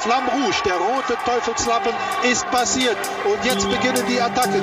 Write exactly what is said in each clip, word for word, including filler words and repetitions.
Flamme Rouge, der rote Teufelslappen, ist passiert. Und jetzt beginnen die Attacken.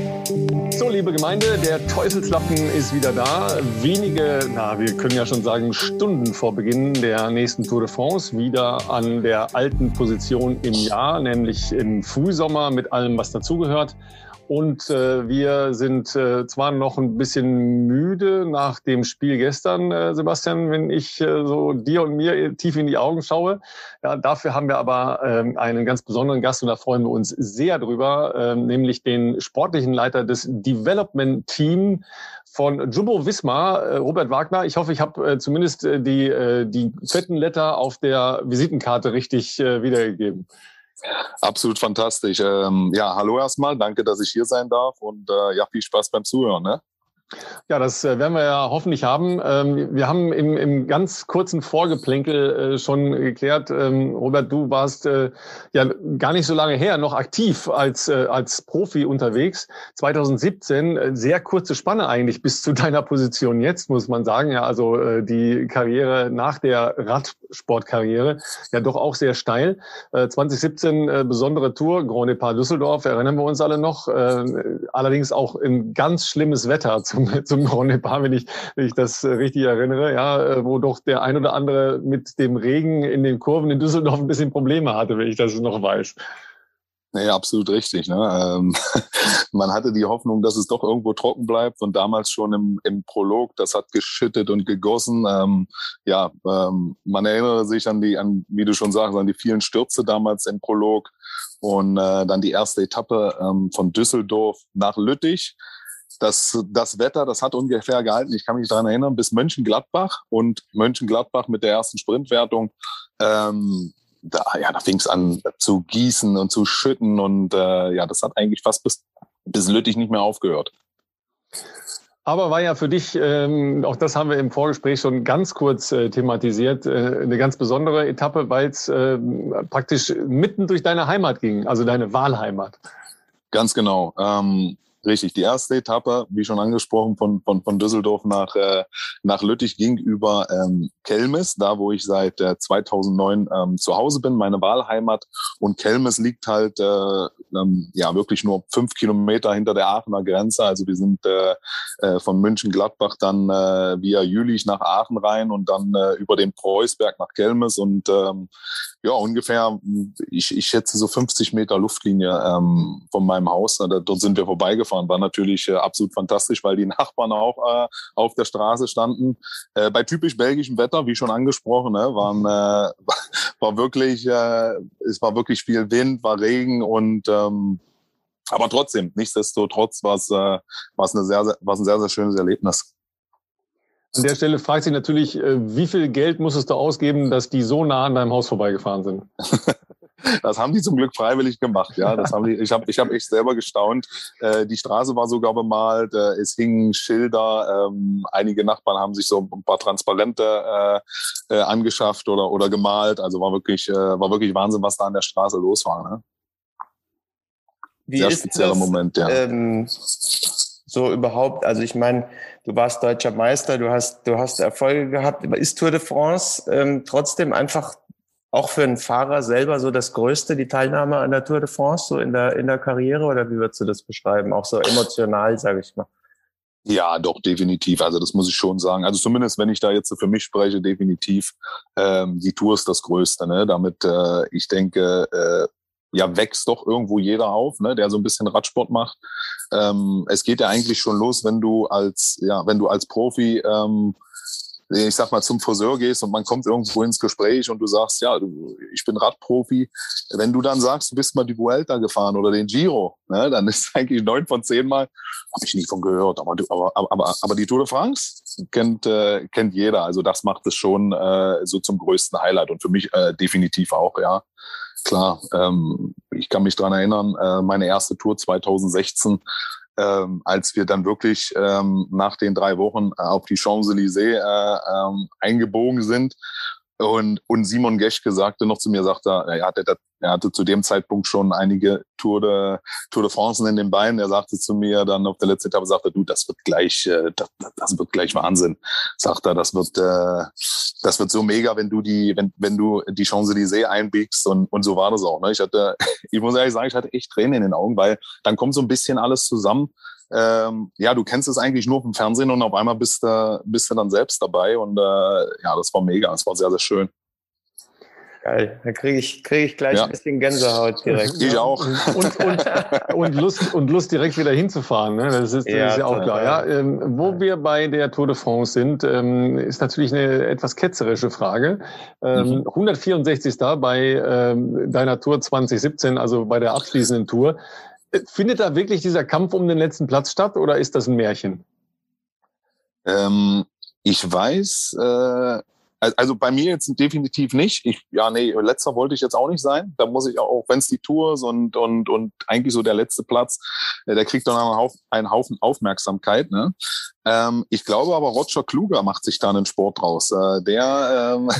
So, liebe Gemeinde, der Teufelslappen ist wieder da. Wenige, na, wir können ja schon sagen, Stunden vor Beginn der nächsten Tour de France wieder an der alten Position im Jahr, nämlich im Frühsommer mit allem, was dazugehört. Und äh, wir sind äh, zwar noch ein bisschen müde nach dem Spiel gestern, äh, Sebastian, wenn ich äh, so dir und mir tief in die Augen schaue. Ja, dafür haben wir aber äh, einen ganz besonderen Gast und da freuen wir uns sehr drüber, äh, nämlich den sportlichen Leiter des Development Team von Jumbo-Visma, äh, Robert Wagner. Ich hoffe, ich habe äh, zumindest äh, die, äh, die fetten Letter auf der Visitenkarte richtig äh, wiedergegeben. Absolut fantastisch. Ähm, ja, hallo erstmal. Danke, dass ich hier sein darf und äh, ja, viel Spaß beim Zuhören. Ne? Ja, das äh, werden wir ja hoffentlich haben. Ähm, wir haben im, im ganz kurzen Vorgeplänkel äh, schon geklärt, ähm, Robert, du warst äh, ja gar nicht so lange her noch aktiv als, äh, als Profi unterwegs. zwanzig siebzehn, äh, sehr kurze Spanne eigentlich bis zu deiner Position jetzt, muss man sagen. Ja, also äh, die Karriere nach der Radsportkarriere ja doch auch sehr steil. Äh, zwanzig siebzehn äh, besondere Tour, Grand Départ Düsseldorf, erinnern wir uns alle noch. Äh, allerdings auch in ganz schlimmes Wetter zum, zum Grand Départ, wenn ich, wenn ich das richtig erinnere, ja, wo doch der ein oder andere mit dem Regen in den Kurven in Düsseldorf ein bisschen Probleme hatte, wenn ich das noch weiß. Nee, absolut richtig. Ne? Ähm, man hatte die Hoffnung, dass es doch irgendwo trocken bleibt und damals schon im, im Prolog, das hat geschüttet und gegossen. Ähm, ja, ähm, man erinnere sich an die, an, wie du schon sagst, an die vielen Stürze damals im Prolog und äh, dann die erste Etappe ähm, von Düsseldorf nach Lüttich. Das, das Wetter, das hat ungefähr gehalten, ich kann mich daran erinnern, bis Mönchengladbach und Mönchengladbach mit der ersten Sprintwertung, ähm, da, ja, da fing es an zu gießen und zu schütten und äh, ja, das hat eigentlich fast bis, bis Lüttich nicht mehr aufgehört. Aber war ja für dich, ähm, auch das haben wir im Vorgespräch schon ganz kurz äh, thematisiert, äh, eine ganz besondere Etappe, weil es äh, praktisch mitten durch deine Heimat ging, also deine Wahlheimat. Ganz genau. Ähm, Richtig, die erste Etappe, wie schon angesprochen, von, von, von Düsseldorf nach, äh, nach Lüttich ging über ähm, Kelmis, da wo ich seit äh, zweitausendneun ähm, zu Hause bin, meine Wahlheimat. Und Kelmis liegt halt äh, ähm, ja wirklich nur fünf Kilometer hinter der Aachener Grenze. Also wir sind äh, äh, von Mönchengladbach dann äh, via Jülich nach Aachen rein und dann äh, über den Preußberg nach Kelmis und ähm, ja, ungefähr, ich, ich schätze so fünfzig Meter Luftlinie ähm, von meinem Haus. Da, dort sind wir vorbeigefahren. War natürlich äh, absolut fantastisch, weil die Nachbarn auch äh, auf der Straße standen. Äh, bei typisch belgischem Wetter, wie schon angesprochen, ne, waren, äh, war wirklich, äh, es war wirklich viel Wind, war Regen und ähm, aber trotzdem, nichtsdestotrotz war es äh, war's eine sehr, sehr, war's ein sehr, sehr schönes Erlebnis. An der Stelle fragt sich natürlich, wie viel Geld musstest du ausgeben, dass die so nah an deinem Haus vorbeigefahren sind? Das haben die zum Glück freiwillig gemacht. Ja, das haben die. Ich habe, ich habe echt selber gestaunt. Äh, die Straße war sogar bemalt. Äh, es hingen Schilder. Ähm, einige Nachbarn haben sich so ein paar Transparente äh, äh, angeschafft oder oder gemalt. Also war wirklich, äh, war wirklich Wahnsinn, was da an der Straße los war. Ne? Wie Sehr ist spezieller das, Moment, ja. Ähm, so überhaupt, also ich meine, du warst deutscher Meister, du hast, du hast Erfolge gehabt, aber ist Tour de France ähm, trotzdem einfach auch für einen Fahrer selber so das Größte, die Teilnahme an der Tour de France, so in der, in der Karriere, oder wie würdest du das beschreiben? Auch so emotional, sage ich mal. Ja, doch, definitiv. Also das muss ich schon sagen. Also zumindest, wenn ich da jetzt für mich spreche, definitiv. Ähm, die Tour ist das Größte, ne? Damit, äh, ich denke, äh, ja, wächst doch irgendwo jeder auf, ne, der so ein bisschen Radsport macht. Ähm, es geht ja eigentlich schon los, wenn du als, ja, wenn du als Profi, ähm, ich sag mal, zum Friseur gehst und man kommt irgendwo ins Gespräch und du sagst, ja, du, ich bin Radprofi. Wenn du dann sagst, du bist mal die Vuelta gefahren oder den Giro, ne, dann ist eigentlich neun von zehn Mal, habe ich nie von gehört. Aber, aber, aber, aber die Tour de France kennt, äh, kennt jeder. Also das macht es schon äh, so zum größten Highlight und für mich äh, definitiv auch, ja. Klar, ähm, ich kann mich dran erinnern, äh, meine erste Tour zwanzig sechzehn, ähm, als wir dann wirklich ähm, nach den drei Wochen äh, auf die Champs-Élysées äh, ähm, eingebogen sind Und, und Simon Geschke sagte noch zu mir, sagte, er hatte, er hatte zu dem Zeitpunkt schon einige Tour de, Tour de France in den Beinen. Er sagte zu mir dann auf der letzten Etappe, sagte, du, das wird gleich, das, das wird gleich Wahnsinn. Sagt er, das wird, das wird so mega, wenn du die, wenn, wenn du die Champs-Élysées einbiegst. Und, und so war das auch, ne? Ich hatte, ich muss ehrlich sagen, ich hatte echt Tränen in den Augen, weil dann kommt so ein bisschen alles zusammen. Ähm, ja, du kennst es eigentlich nur vom Fernsehen und auf einmal bist du, bist du dann selbst dabei und äh, ja, das war mega, das war sehr, sehr schön. Geil, da kriege ich, krieg ich gleich ja. ein bisschen Gänsehaut direkt. Ich auch. Und, und, und, Lust, und Lust direkt wieder hinzufahren, ne? Das ist, das ja, ist ja auch klar. Ja, ähm, wo wir bei der Tour de France sind, ähm, ist natürlich eine etwas ketzerische Frage. Ähm, mhm. hundertvierundsechzigsten bei ähm, deiner Tour zwanzig siebzehn, also bei der abschließenden Tour. Findet da wirklich dieser Kampf um den letzten Platz statt oder ist das ein Märchen? Ähm, ich weiß, äh, also bei mir jetzt definitiv nicht. Ich, ja, nee, letzter wollte ich jetzt auch nicht sein. Da muss ich auch, wenn es die Tour ist und, und, und eigentlich so der letzte Platz, äh, der kriegt dann einen Haufen, einen Haufen Aufmerksamkeit. Ne? Ähm, ich glaube aber, Roger Kluger macht sich da einen Sport draus. Äh, der, ähm,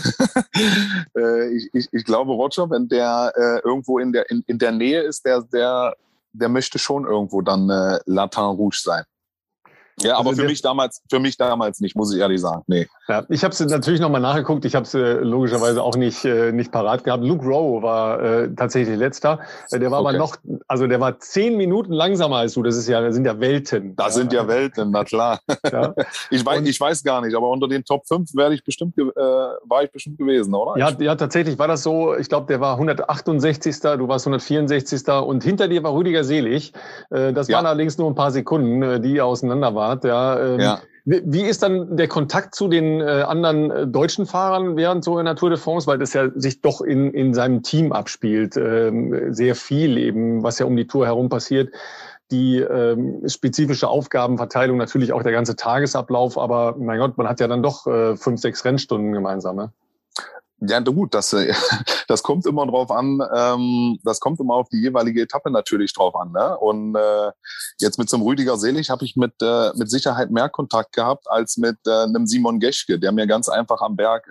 äh, ich, ich, ich glaube, Roger, wenn der äh, irgendwo in der, in, in der Nähe ist, der, der der möchte schon irgendwo dann äh, Latin Rouge sein. Ja, aber also für mich damals, für mich damals nicht, muss ich ehrlich sagen. Nee. Ja, ich habe es natürlich nochmal nachgeguckt. Ich habe es äh, logischerweise auch nicht äh, nicht parat gehabt. Luke Rowe war äh, tatsächlich letzter. Äh, der war okay. aber noch, also der war zehn Minuten langsamer als du. Das ist ja, das sind ja Welten. Das ja. sind ja Welten, na klar. Ja. Ich weiß, ich weiß gar nicht, aber unter den Top fünf werde ich bestimmt, äh, war ich bestimmt gewesen, oder? Ja, ja, tatsächlich war das so. Ich glaube, der war hundertachtundsechzigsten Du warst hundertvierundsechzigsten und hinter dir war Rüdiger Selig. Äh, das ja. waren allerdings nur ein paar Sekunden, äh, die auseinander waren. Ja, ähm, ja. Wie ist dann der Kontakt zu den äh, anderen äh, deutschen Fahrern während so einer Tour de France, weil das ja sich doch in, in seinem Team abspielt, ähm, sehr viel eben, was ja um die Tour herum passiert, die ähm, spezifische Aufgabenverteilung, natürlich auch der ganze Tagesablauf, aber mein Gott, man hat ja dann doch äh, fünf, sechs Rennstunden gemeinsam, ne? Ja, gut, das, das kommt immer drauf an, ähm, das kommt immer auf die jeweilige Etappe natürlich drauf an. Ne? Und äh, jetzt mit so einem Rüdiger Selig habe ich mit, äh, mit Sicherheit mehr Kontakt gehabt als mit äh, einem Simon Geschke, der mir ganz einfach am Berg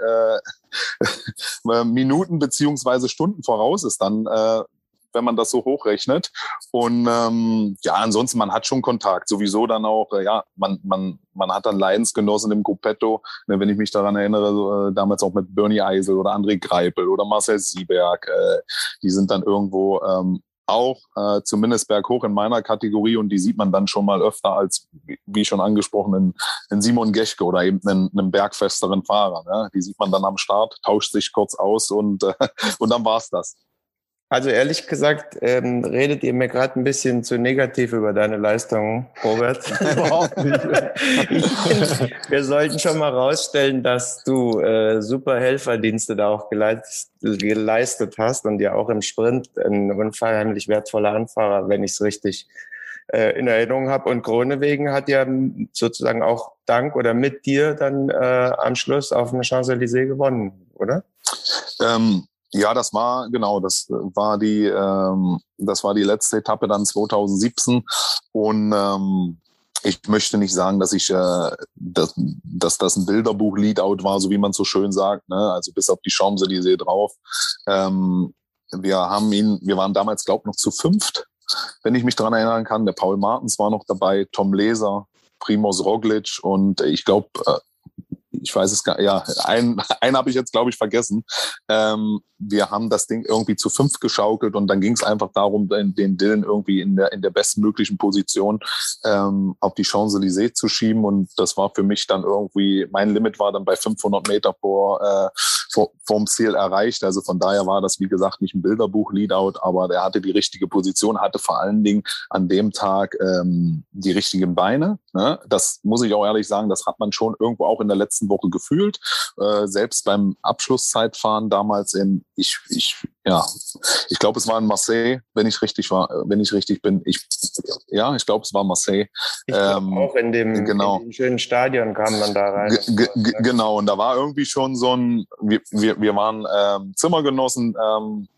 äh, Minuten beziehungsweise Stunden voraus ist dann, äh, wenn man das so hochrechnet. Und ähm, ja, ansonsten, man hat schon Kontakt. Sowieso dann auch, äh, ja, man, man, man hat dann Leidensgenossen im Gruppetto. Ne, wenn ich mich daran erinnere, so, äh, damals auch mit Bernie Eisel oder André Greipel oder Marcel Sieberg, äh, die sind dann irgendwo ähm, auch äh, zumindest berghoch in meiner Kategorie und die sieht man dann schon mal öfter als, wie schon angesprochen, einen, einen Simon Geschke oder eben einen, einen bergfesteren Fahrer. Ne? Die sieht man dann am Start, tauscht sich kurz aus und, äh, und dann war's das. Also ehrlich gesagt, ähm, redet ihr mir gerade ein bisschen zu negativ über deine Leistung, Robert. Überhaupt nicht. Ich find, wir sollten schon mal rausstellen, dass du äh, super Helferdienste da auch geleistet, geleistet hast und ja auch im Sprint ein unverheimlich wertvoller Anfahrer, wenn ich es richtig äh, in Erinnerung habe. Und Groenewegen hat ja sozusagen auch dank oder mit dir dann äh, am Schluss auf dem Champs-Élysées gewonnen, oder? Ähm Ja, das war, genau, das war die, ähm, das war die letzte Etappe dann zweitausendsiebzehn und ähm, ich möchte nicht sagen, dass ich, äh, dass, dass das ein Bilderbuch-Leadout war, so wie man so schön sagt, ne? Also bis auf die Champs-Élysées drauf. Ähm, wir haben ihn, wir waren damals, glaube ich, noch zu fünft, wenn ich mich daran erinnern kann. Der Paul Martens war noch dabei, Tom Leser, Primož Roglič und ich glaube, äh, ich weiß es gar nicht, ja, einen, einen habe ich jetzt, glaube ich, vergessen. Ähm, wir haben das Ding irgendwie zu fünf geschaukelt und dann ging es einfach darum, den, den Dylan irgendwie in der, in der bestmöglichen Position ähm, auf die Champs-Élysées zu schieben und das war für mich dann irgendwie, mein Limit war dann bei fünfhundert Meter vor, äh, vor, vorm Ziel erreicht, also von daher war das, wie gesagt, nicht ein Bilderbuch-Leadout, aber der hatte die richtige Position, hatte vor allen Dingen an dem Tag ähm, die richtigen Beine, ne? Das muss ich auch ehrlich sagen, das hat man schon irgendwo auch in der letzten Woche gefühlt, äh, selbst beim Abschlusszeitfahren damals in, ich, ich, ja, ich glaube, es war in Marseille, wenn ich richtig war, wenn ich richtig bin, ich, ja, ich glaube, es war Marseille. Ich ähm, auch in dem, genau. in dem schönen Stadion kam man da rein. G- g- genau, und da war irgendwie schon so ein, wir, wir, wir waren ähm, Zimmergenossen, ähm,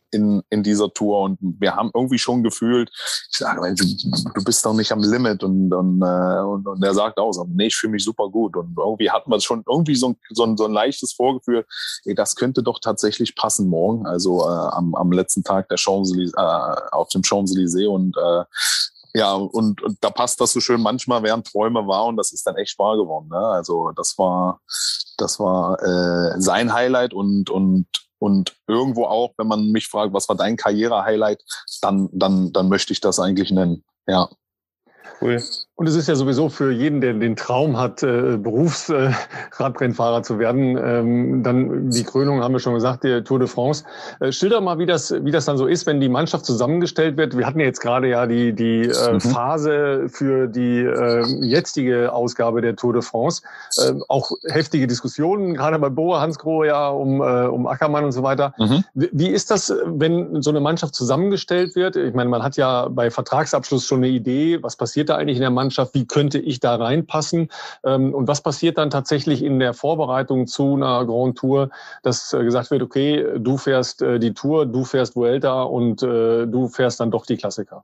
in, in dieser Tour und wir haben irgendwie schon gefühlt, ich sage, du, du bist doch nicht am Limit und, und, äh, und, und er sagt auch so, nee, ich fühle mich super gut und irgendwie hatten wir schon irgendwie so ein, so ein, so ein leichtes Vorgefühl, ey, das könnte doch tatsächlich passen morgen, also äh, am, am letzten Tag der Champs-Élysées, äh, auf dem Champs-Élysées und äh, ja, und, und da passt das so schön manchmal, während Träume war und das ist dann echt wahr geworden. Ne? Also das war, das war äh, sein Highlight und und und irgendwo auch, wenn man mich fragt, was war dein Karriere-Highlight, dann dann dann möchte ich das eigentlich nennen. Ja. Cool. Und es ist ja sowieso für jeden, der den Traum hat, äh, Berufsradrennfahrer äh, zu werden, ähm, dann die Krönung, haben wir schon gesagt, die Tour de France. Äh, schilder mal, wie das, wie das dann so ist, wenn die Mannschaft zusammengestellt wird. Wir hatten ja jetzt gerade ja die, die äh, mhm. Phase für die äh, jetzige Ausgabe der Tour de France. Äh, auch heftige Diskussionen, gerade bei Bora Hansgrohe ja um, äh, um Ackermann und so weiter. Mhm. Wie ist das, wenn so eine Mannschaft zusammengestellt wird? Ich meine, man hat ja bei Vertragsabschluss schon eine Idee, was passiert da eigentlich in der Mannschaft? Wie könnte ich da reinpassen? Und was passiert dann tatsächlich in der Vorbereitung zu einer Grand Tour, dass gesagt wird, okay, du fährst die Tour, du fährst Vuelta und du fährst dann doch die Klassiker?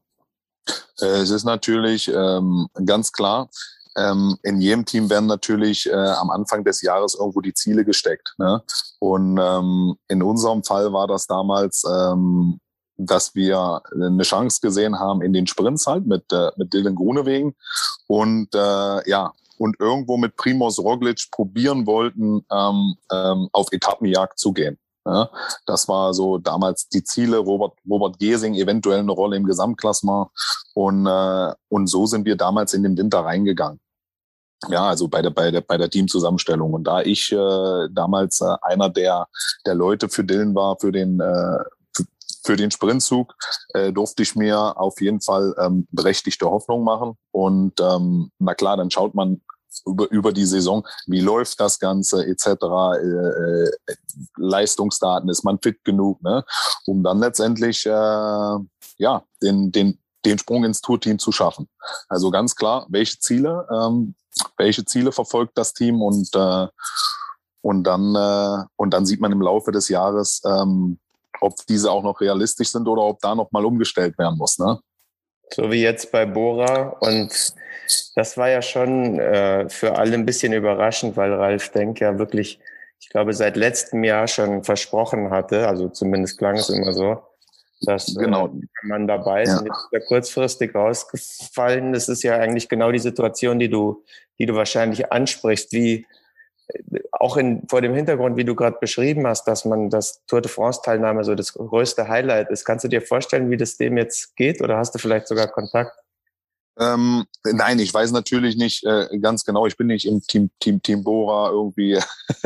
Es ist natürlich ähm, ganz klar, ähm, in jedem Team werden natürlich äh, am Anfang des Jahres irgendwo die Ziele gesteckt. Ne? Und ähm, in unserem Fall war das damals... Ähm, dass wir eine Chance gesehen haben in den Sprints halt mit äh, mit Dylan Groenewegen und äh, ja und irgendwo mit Primož Roglič probieren wollten, ähm, ähm, auf Etappenjagd zu gehen. Ja, das war so damals die Ziele. Robert Robert Gesing eventuell eine Rolle im Gesamtklassement und äh, und so sind wir damals in den Winter reingegangen. Ja, also bei der bei der bei der Teamzusammenstellung und da ich äh, damals äh, einer der der Leute für Dylan war für den äh, Für den Sprintzug äh, durfte ich mir auf jeden Fall ähm, berechtigte Hoffnung machen. Und ähm, na klar, dann schaut man über, über die Saison, wie läuft das Ganze et cetera. Äh, äh, Leistungsdaten, ist man fit genug, ne? Um dann letztendlich äh, ja den, den, den Sprung ins Tourteam zu schaffen. Also ganz klar, welche Ziele, ähm, welche Ziele verfolgt das Team und, äh, und, dann, äh, und dann sieht man im Laufe des Jahres, ähm, ob diese auch noch realistisch sind oder ob da noch mal umgestellt werden muss, ne? So wie jetzt bei Bora. Und das war ja schon äh, für alle ein bisschen überraschend, weil Ralf Denk ja wirklich, ich glaube, seit letztem Jahr schon versprochen hatte, also zumindest klang es immer so, dass genau. äh, man dabei ist. Ja. Und jetzt ist er kurzfristig rausgefallen. Das ist ja eigentlich genau die Situation, die du, die du wahrscheinlich ansprichst, wie auch in, vor dem Hintergrund, wie du gerade beschrieben hast, dass man das Tour de France-Teilnahme so das größte Highlight ist. Kannst du dir vorstellen, wie das dem jetzt geht? Oder hast du vielleicht sogar Kontakt? Ähm, nein, ich weiß natürlich nicht äh, ganz genau. Ich bin nicht im Team Team Team Bora irgendwie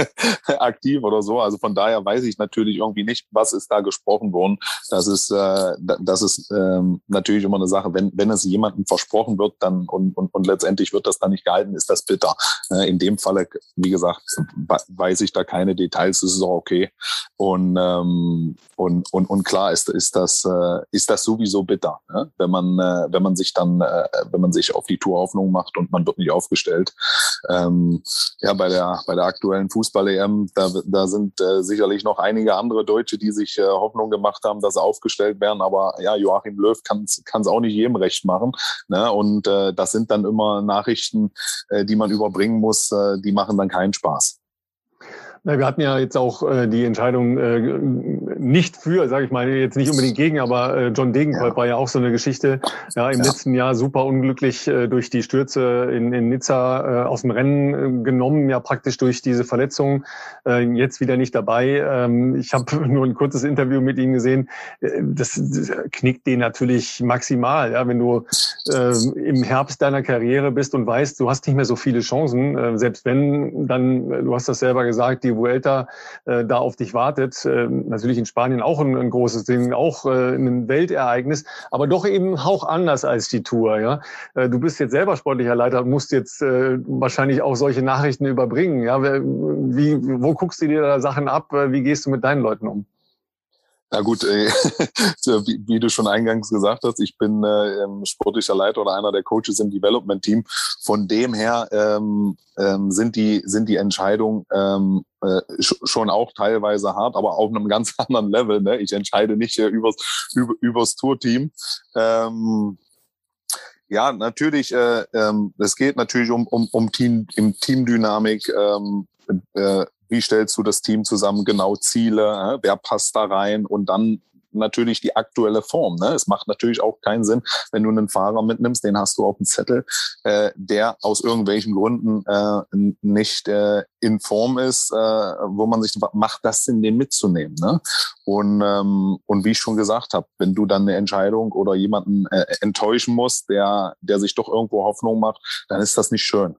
aktiv oder so. Also von daher weiß ich natürlich irgendwie nicht, was ist da gesprochen worden. Das ist äh, das ist ähm, natürlich immer eine Sache. Wenn wenn es jemandem versprochen wird, dann und und, und letztendlich wird das dann nicht gehalten, ist das bitter. Äh, in dem Falle, wie gesagt, weiß ich da keine Details. Das ist auch okay. Und ähm, und und und klar ist ist das äh, ist das sowieso bitter, ne? Wenn man äh, wenn man sich dann äh, wenn man sich auf die Tour Hoffnung macht und man wird nicht aufgestellt. Ähm, ja, bei der bei der aktuellen Fußball-E M, da, da sind äh, sicherlich noch einige andere Deutsche, die sich äh, Hoffnung gemacht haben, dass sie aufgestellt werden. Aber ja, Joachim Löw kann es auch nicht jedem recht machen. Ne? Und äh, das sind dann immer Nachrichten, äh, die man überbringen muss, äh, die machen dann keinen Spaß. Wir hatten ja jetzt auch äh, die Entscheidung äh, nicht für, sage ich mal, jetzt nicht unbedingt gegen, aber äh, John Degenkolb ja. war ja auch so eine Geschichte. Ja, im ja. letzten Jahr super unglücklich äh, durch die Stürze in, in Nizza äh, aus dem Rennen äh, genommen, ja praktisch durch diese Verletzung. Äh, jetzt wieder nicht dabei. Ähm, ich habe nur ein kurzes Interview mit ihm gesehen. Das, das knickt den natürlich maximal. Ja, wenn du äh, im Herbst deiner Karriere bist und weißt, du hast nicht mehr so viele Chancen, äh, selbst wenn dann, du hast das selber gesagt, die Vuelta äh, da auf dich wartet. Äh, natürlich in Spanien auch ein, ein großes Ding, auch äh, ein Weltereignis, aber doch eben ein Hauch anders als die Tour. Ja, äh, du bist jetzt selber sportlicher Leiter, musst jetzt äh, wahrscheinlich auch solche Nachrichten überbringen. Ja, wie, wo guckst du dir da Sachen ab? Wie gehst du mit deinen Leuten um? Na gut, äh, wie, wie du schon eingangs gesagt hast, ich bin äh, sportlicher Leiter oder einer der Coaches im Development-Team. Von dem her ähm, ähm, sind die sind die Entscheidungen ähm, äh, schon auch teilweise hart, aber auf einem ganz anderen Level. Ne? Ich entscheide nicht äh, übers, über, übers Tourteam. Ähm, ja, natürlich. Äh, ähm, es geht natürlich um um um Team, um Teamdynamik. Ähm, äh, Wie stellst du das Team zusammen? Genau Ziele, äh, wer passt da rein? Und dann natürlich die aktuelle Form. Ne? Es macht natürlich auch keinen Sinn, wenn du einen Fahrer mitnimmst, den hast du auf dem Zettel, äh, der aus irgendwelchen Gründen äh, nicht äh, in Form ist, äh, wo man sich macht, das Sinn, den mitzunehmen. Ne? Und, ähm, und wie ich schon gesagt habe, wenn du dann eine Entscheidung oder jemanden äh, enttäuschen musst, der, der sich doch irgendwo Hoffnung macht, dann ist das nicht schön.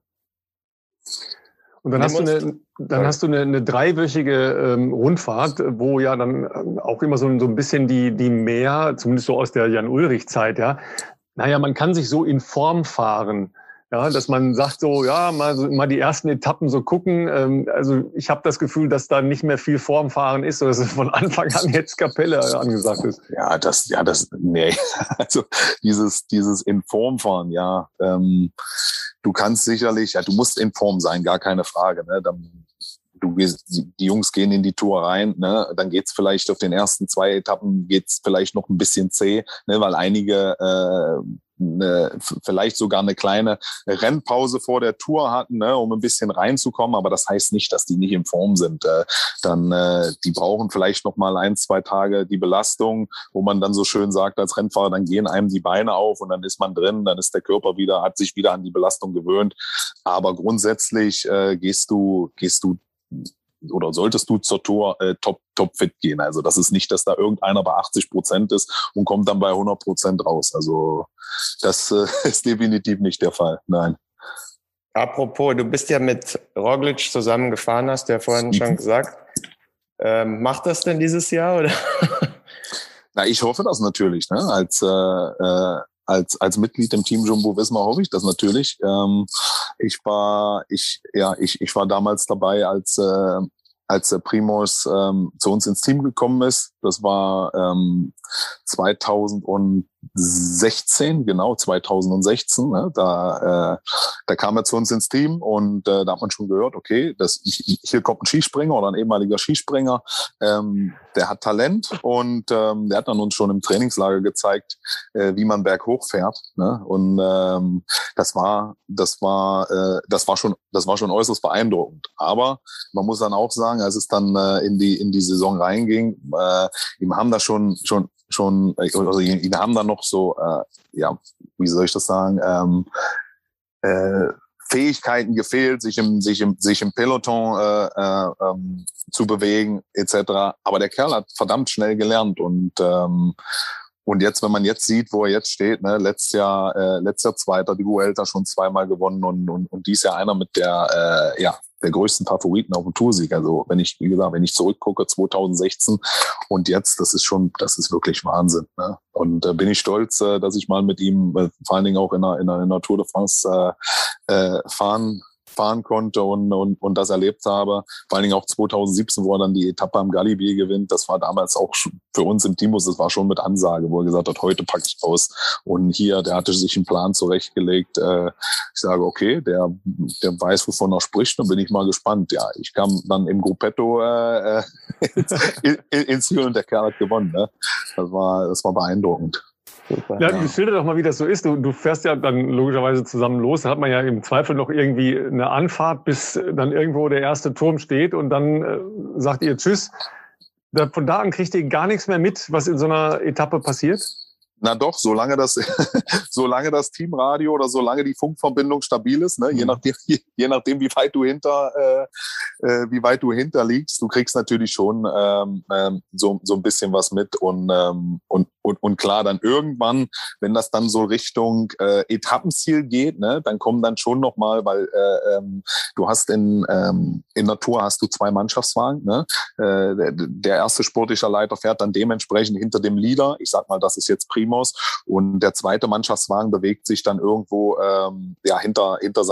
Und dann hast du eine, dann hast du eine, eine dreiwöchige ähm, Rundfahrt, wo ja dann ähm, auch immer so, so ein bisschen die, die mehr, zumindest so aus der Jan-Ulrich-Zeit, ja, naja, man kann sich so in Form fahren, ja, dass man sagt so, ja, mal, so, mal die ersten Etappen so gucken. Ähm, also ich habe das Gefühl, dass da nicht mehr viel Formfahren ist, oder dass es von Anfang an jetzt Kapelle angesagt ist. Ja, das, ja, das, nee, also dieses, dieses in Form fahren, ja, ähm, du kannst sicherlich, ja, du musst in Form sein, gar keine Frage. Ne? Dann, du gehst, die Jungs gehen in die Tour rein, ne? Dann geht's vielleicht auf den ersten zwei Etappen geht's vielleicht noch ein bisschen zäh, ne? Weil einige äh, ne, vielleicht sogar eine kleine Rennpause vor der Tour hatten, ne? Um ein bisschen reinzukommen. Aber das heißt nicht, dass die nicht in Form sind. Äh, dann, äh, die brauchen vielleicht noch mal ein, zwei Tage die Belastung, wo man dann so schön sagt als Rennfahrer, dann gehen einem die Beine auf und dann ist man drin, dann ist der Körper wieder, hat sich wieder an die Belastung gewöhnt. Aber grundsätzlich äh, gehst du, gehst du oder solltest du zur Tour äh, top, top fit gehen. Also das ist nicht, dass da irgendeiner bei achtzig Prozent ist und kommt dann bei hundert Prozent raus. Also das äh, ist definitiv nicht der Fall. Nein. Apropos, du bist ja mit Roglic zusammen gefahren, hast du ja vorhin schon gesagt. Ähm, macht das denn dieses Jahr, oder? Na, ich hoffe das natürlich. Ne? Als, äh, äh, als, als Mitglied im Team Jumbo-Visma hoffe ich das natürlich. Ähm, ich war, ich, ja, ich, ich war damals dabei, als, äh, als der Primož ähm, zu uns ins Team gekommen ist. Das war ähm, zweitausendsechzehn, genau, zweitausendsechzehn. Ne? Da, äh, da kam er zu uns ins Team und äh, da hat man schon gehört, okay, das, hier kommt ein Skispringer oder ein ehemaliger Skispringer, ähm, der hat Talent und ähm, der hat dann uns schon im Trainingslager gezeigt, äh, wie man berghoch fährt. Ne? Und ähm, das war, das war, äh, das war schon, das war schon äußerst beeindruckend. Aber man muss dann auch sagen, als es dann äh, in die in die Saison reinging, äh, ihm haben da schon schon schon, also ihn haben da noch so, äh, ja, wie soll ich das sagen, ähm, äh, Fähigkeiten gefehlt, sich im, sich im, sich im Peloton äh, äh, ähm, zu bewegen et cetera. Aber der Kerl hat verdammt schnell gelernt und ähm, und jetzt, wenn man jetzt sieht, wo er jetzt steht, ne, letztes Jahr, äh, letztes Jahr Zweiter, die Vuelta schon zweimal gewonnen und und und dies Jahr einer mit der, äh, ja, der größten Favoriten auf dem Toursieg. Also wenn ich, wie gesagt, wenn ich zurückgucke, zweitausendsechzehn und jetzt, das ist schon, das ist wirklich Wahnsinn. Ne? Und äh, bin ich stolz, äh, dass ich mal mit ihm, äh, vor allen Dingen auch in einer, in einer, in einer Tour de France äh, äh, fahren fahren konnte und, und, und das erlebt habe. Vor allen Dingen auch zweitausendsiebzehn, wo er dann die Etappe am Galibier gewinnt. Das war damals auch für uns im Team, das war schon mit Ansage, wo er gesagt hat, heute packe ich aus. Und hier, der hatte sich einen Plan zurechtgelegt. Äh, ich sage, okay, der, der weiß, wovon er spricht, und bin ich mal gespannt. Ja, ich kam dann im Gruppetto äh, ins, ins Ziel und der Kerl hat gewonnen. Ne? Das war, das war beeindruckend. Ja, ja. Schilder doch mal, wie das so ist. Du, du fährst ja dann logischerweise zusammen los. Da hat man ja im Zweifel noch irgendwie eine Anfahrt, bis dann irgendwo der erste Turm steht und dann äh, sagt ihr Tschüss. Da, von da an kriegt ihr gar nichts mehr mit, was in so einer Etappe passiert? Na doch, solange das, solange das Teamradio oder solange die Funkverbindung stabil ist, ne, je nachdem, je, je nachdem, wie weit du hinter, äh, äh, wie weit du hinter liegst, du kriegst natürlich schon ähm, ähm, so so ein bisschen was mit und ähm, und und und klar, dann irgendwann, wenn das dann so Richtung äh, Etappenziel geht, ne, dann kommen dann schon noch mal, weil äh, ähm, du hast in ähm, in der Tour hast du zwei Mannschaftswagen, ne, äh, der, der erste sportliche Leiter fährt dann dementsprechend hinter dem Leader. Ich sag mal, das ist jetzt prima. Und der zweite Mannschaftswagen bewegt sich dann irgendwo ähm, ja hinter hinter seinem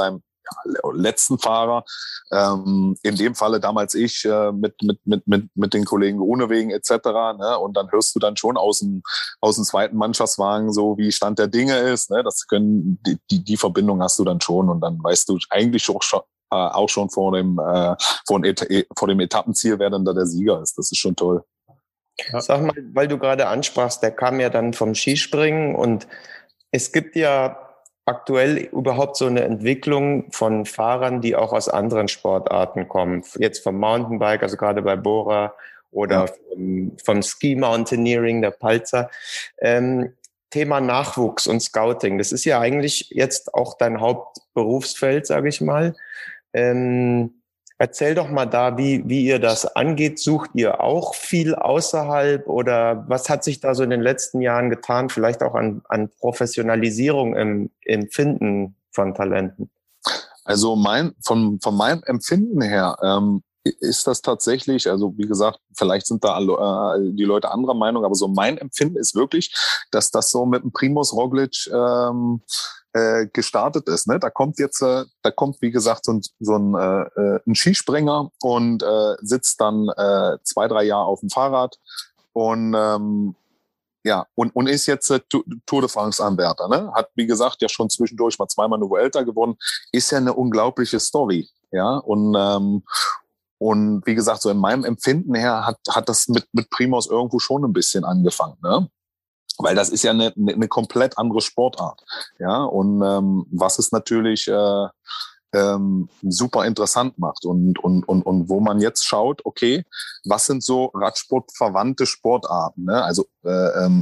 letzten Fahrer. Ähm, in dem Falle damals ich äh, mit, mit, mit, mit, mit den Kollegen Groenewegen et cetera. Ne? Und dann hörst du dann schon aus dem, aus dem zweiten Mannschaftswagen so, wie Stand der Dinge ist. Ne? Das können, die, die, die Verbindung hast du dann schon und dann weißt du eigentlich auch schon, äh, auch schon vor dem, äh, vor, dem vor dem Etappenziel, wer dann da der Sieger ist. Das ist schon toll. Ja. Sag mal, weil du gerade ansprachst, der kam ja dann vom Skispringen und es gibt ja aktuell überhaupt so eine Entwicklung von Fahrern, die auch aus anderen Sportarten kommen. Jetzt vom Mountainbike, also gerade bei Bora oder ja. vom, vom Ski Mountaineering, der Palzer. Ähm, Thema Nachwuchs und Scouting, das ist ja eigentlich jetzt auch dein Hauptberufsfeld, sage ich mal. Ähm, erzähl doch mal da, wie, wie ihr das angeht. Sucht ihr auch viel außerhalb oder was hat sich da so in den letzten Jahren getan? Vielleicht auch an, an Professionalisierung im, im Finden von Talenten? Also mein, von, von meinem Empfinden her ähm, ist das tatsächlich, also wie gesagt, vielleicht sind da alle, äh, die Leute anderer Meinung, aber so mein Empfinden ist wirklich, dass das so mit dem Primož Roglič ähm, äh, gestartet ist. Ne? Da kommt jetzt, äh, da kommt wie gesagt so ein, so ein, äh, ein Skispringer und äh, sitzt dann äh, zwei, drei Jahre auf dem Fahrrad und ähm, ja, und, und ist jetzt äh, Tour de France-Anwärter. Ne? Hat, wie gesagt, ja schon zwischendurch mal zweimal eine Vuelta gewonnen. Ist ja eine unglaubliche Story. Ja, und ähm, Und wie gesagt, so in meinem Empfinden her hat, hat das mit, mit Primož irgendwo schon ein bisschen angefangen, ne? Weil das ist ja eine, eine komplett andere Sportart. Ja, und ähm, was es natürlich äh, ähm, super interessant macht und, und, und, und wo man jetzt schaut, okay, was sind so Radsportverwandte Sportarten, ne? Also, äh, ähm,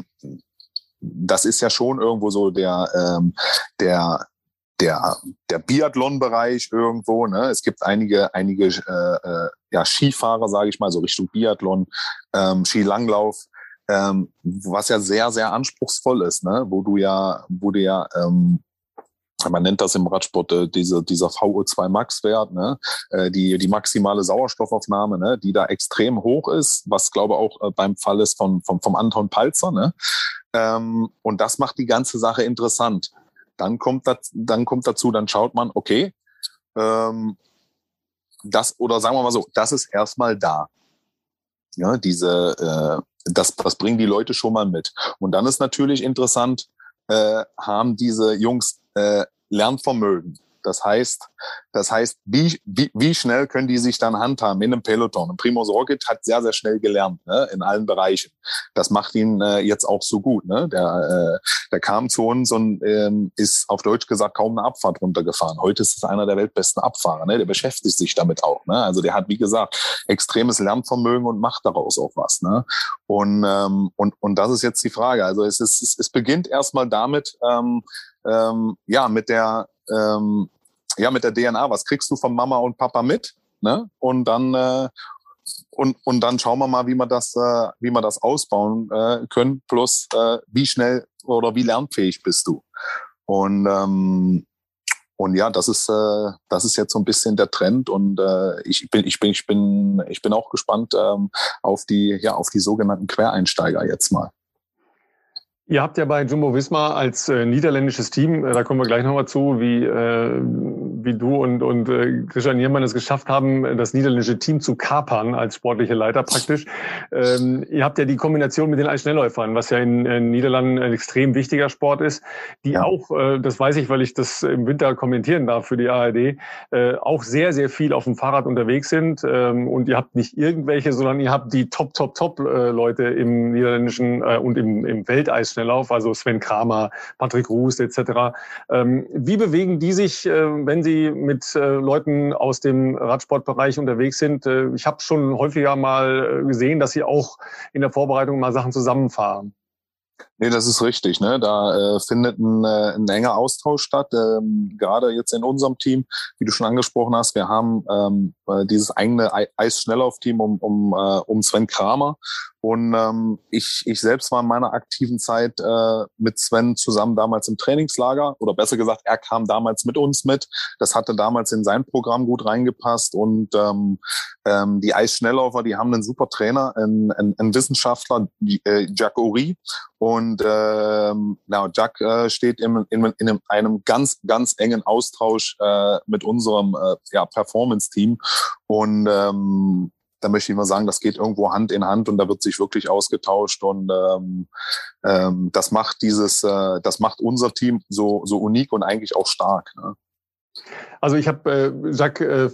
das ist ja schon irgendwo so der, ähm, der, der der Biathlon-Bereich irgendwo, ne? Es gibt einige einige äh, äh, ja Skifahrer, sage ich mal, so Richtung Biathlon, ähm, Skilanglauf, ähm, was ja sehr sehr anspruchsvoll ist, ne? Wo du ja wo du ja ähm, man nennt das im Radsport äh, diese dieser V O zwei Max-Wert, ne? Äh, die die maximale Sauerstoffaufnahme, ne? Die da extrem hoch ist, was glaube auch äh, beim Fall ist von vom vom Anton Palzer, ne? Ähm, und das macht die ganze Sache interessant. Dann kommt, das, dann kommt dazu, dann schaut man, okay, ähm, das, oder sagen wir mal so, das ist erstmal da. Ja, diese, äh, das, das bringen die Leute schon mal mit. Und dann ist natürlich interessant, äh, haben diese Jungs äh, Lernvermögen. Das heißt, das heißt, wie, wie, wie schnell können die sich dann handhaben in einem Peloton? Und Primož Roglič hat sehr, sehr schnell gelernt, ne, in allen Bereichen. Das macht ihn äh, jetzt auch so gut. Ne? Der, äh, der kam zu uns und ähm, ist auf Deutsch gesagt kaum eine Abfahrt runtergefahren. Heute ist es einer der weltbesten Abfahrer. Ne? Der beschäftigt sich damit auch. Ne? Also der hat, wie gesagt, extremes Lernvermögen und macht daraus auch was. Ne? Und, ähm, und, und das ist jetzt die Frage. Also es, ist, es, es beginnt erstmal damit, ähm, ähm, ja, mit der ähm, ja, mit der D N A, was kriegst du von Mama und Papa mit, ne? Und dann äh, und und dann schauen wir mal, wie wir das, äh, wie wir das ausbauen äh, können. Plus, äh, wie schnell oder wie lernfähig bist du? Und ähm, und ja, das ist äh, das ist jetzt so ein bisschen der Trend. Und äh, ich bin ich bin ich bin ich bin auch gespannt ähm, auf die ja auf die sogenannten Quereinsteiger jetzt mal. Ihr habt ja bei Jumbo-Visma als äh, niederländisches Team, äh, da kommen wir gleich nochmal zu, wie, äh, wie du und, und äh, Christian Niermann es geschafft haben, das niederländische Team zu kapern als sportliche Leiter praktisch. Ähm, ihr habt ja die Kombination mit den Eisschnellläufern, was ja in den Niederlanden ein extrem wichtiger Sport ist, die ja auch, äh, das weiß ich, weil ich das im Winter kommentieren darf für die A R D, äh, auch sehr, sehr viel auf dem Fahrrad unterwegs sind. Ähm, und ihr habt nicht irgendwelche, sondern ihr habt die Top, Top, Top äh, Leute im niederländischen äh, und im, im Welteis Schnelllauf, also Sven Kramer, Patrick Roest et cetera. Ähm, wie bewegen die sich, äh, wenn sie mit äh, Leuten aus dem Radsportbereich unterwegs sind? Äh, ich habe schon häufiger mal gesehen, dass sie auch in der Vorbereitung mal Sachen zusammenfahren. Nee, das ist richtig. Ne? Da äh, findet ein, äh, ein enger Austausch statt. Ähm, gerade jetzt in unserem Team, wie du schon angesprochen hast, wir haben ähm, dieses eigene Eisschnelllauf-Team um, um, äh, um Sven Kramer. Und ähm, ich, ich selbst war in meiner aktiven Zeit äh, mit Sven zusammen damals im Trainingslager. Oder besser gesagt, er kam damals mit uns mit. Das hatte damals in sein Programm gut reingepasst. Und ähm, ähm, die Eisschnelllaufer, die haben einen super Trainer, einen, einen, einen Wissenschaftler, die, äh, Jack Ory. Und Und ähm, na, Jack äh, steht in, in, in einem ganz, ganz engen Austausch äh, mit unserem äh, ja, Performance-Team. Und ähm, da möchte ich mal sagen, das geht irgendwo Hand in Hand und da wird sich wirklich ausgetauscht. Und ähm, ähm, das macht dieses, äh, das macht unser Team so, so unique und eigentlich auch stark. Ne? Also ich habe äh, Jacques äh,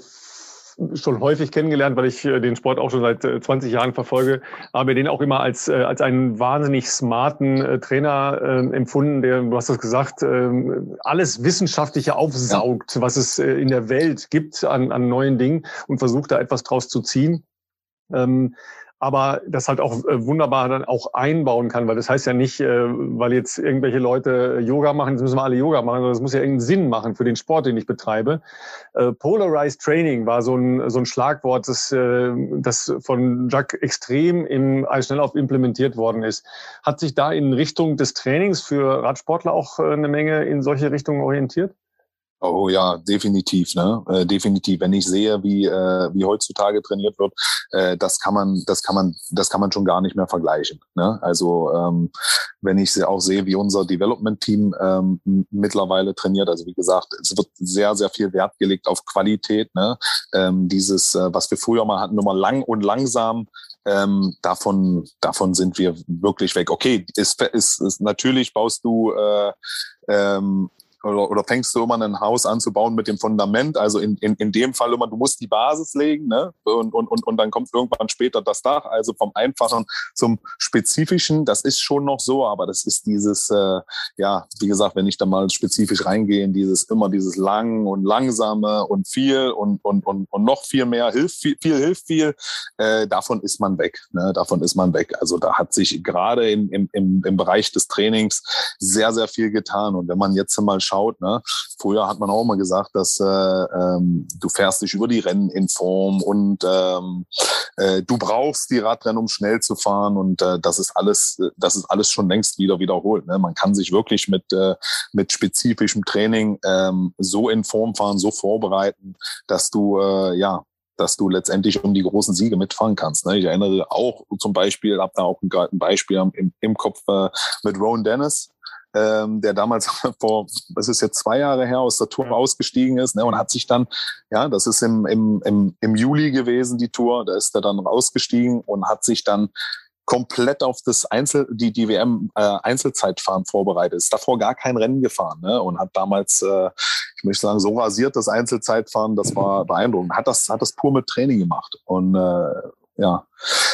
schon häufig kennengelernt, weil ich äh, den Sport auch schon seit äh, zwanzig Jahren verfolge, aber den auch immer als äh, als einen wahnsinnig smarten äh, Trainer äh, empfunden, der, du hast das gesagt, äh, alles Wissenschaftliche aufsaugt, ja. was es äh, in der Welt gibt an, an neuen Dingen und versucht da etwas draus zu ziehen. Ähm, aber das halt auch äh, wunderbar dann auch einbauen kann, weil das heißt ja nicht, äh, weil jetzt irgendwelche Leute Yoga machen, jetzt müssen wir alle Yoga machen, sondern das muss ja irgendeinen Sinn machen für den Sport, den ich betreibe. Äh, Polarized Training war so ein, so ein Schlagwort, das, äh, das von Jacques extrem im Eisschnelllauf implementiert worden ist. Hat sich da in Richtung des Trainings für Radsportler auch äh, eine Menge in solche Richtungen orientiert? Oh ja, definitiv, ne? Äh, definitiv. Wenn ich sehe, wie äh, wie heutzutage trainiert wird, äh, das kann man, das kann man, das kann man schon gar nicht mehr vergleichen. Ne? Also ähm, wenn ich auch sehe, wie unser Development-Team ähm, mittlerweile trainiert, also wie gesagt, es wird sehr, sehr viel Wert gelegt auf Qualität. Ne? Ähm, dieses, äh, was wir früher mal hatten, nur mal lang und langsam. Ähm, davon, davon sind wir wirklich weg. Okay, ist, ist, ist natürlich baust du äh, ähm, Oder, oder fängst du immer ein Haus an zu bauen mit dem Fundament? Also in, in, in dem Fall immer, du musst die Basis legen, ne? Und, und, und, und dann kommt irgendwann später das Dach. Also vom Einfachen zum Spezifischen, das ist schon noch so, aber das ist dieses, äh, ja, wie gesagt, wenn ich da mal spezifisch reingehe, dieses immer dieses lang und langsame und viel und, und, und, und noch viel mehr, hilft viel, viel hilft viel, äh, davon ist man weg, ne? Davon ist man weg. Also da hat sich gerade im, im, im, im Bereich des Trainings sehr, sehr viel getan. Und wenn man jetzt mal schaut, Schaut, ne? Früher hat man auch mal gesagt, dass äh, ähm, du fährst dich über die Rennen in Form und ähm, äh, du brauchst die Radrennen, um schnell zu fahren und äh, das ist alles, das ist alles schon längst wieder wiederholt. Ne? Man kann sich wirklich mit äh, mit spezifischem Training ähm, so in Form fahren, so vorbereiten, dass du äh, ja dass du letztendlich um die großen Siege mitfahren kannst. Ne? Ich erinnere auch zum Beispiel, habe da auch ein, ein Beispiel im, im Kopf äh, mit Rowan Dennis, Ähm, der damals vor, das ist jetzt zwei Jahre her, aus der Tour ja. ausgestiegen ist, ne, und hat sich dann, ja, das ist im, im, im, im Juli gewesen, die Tour, da ist er dann rausgestiegen und hat sich dann komplett auf das Einzel, die, die W M äh, Einzelzeitfahren vorbereitet. Ist davor gar kein Rennen gefahren, ne, und hat damals, äh, ich möchte sagen, so rasiert das Einzelzeitfahren, das war beeindruckend. Hat das, hat das pur mit Training gemacht und, äh, ja,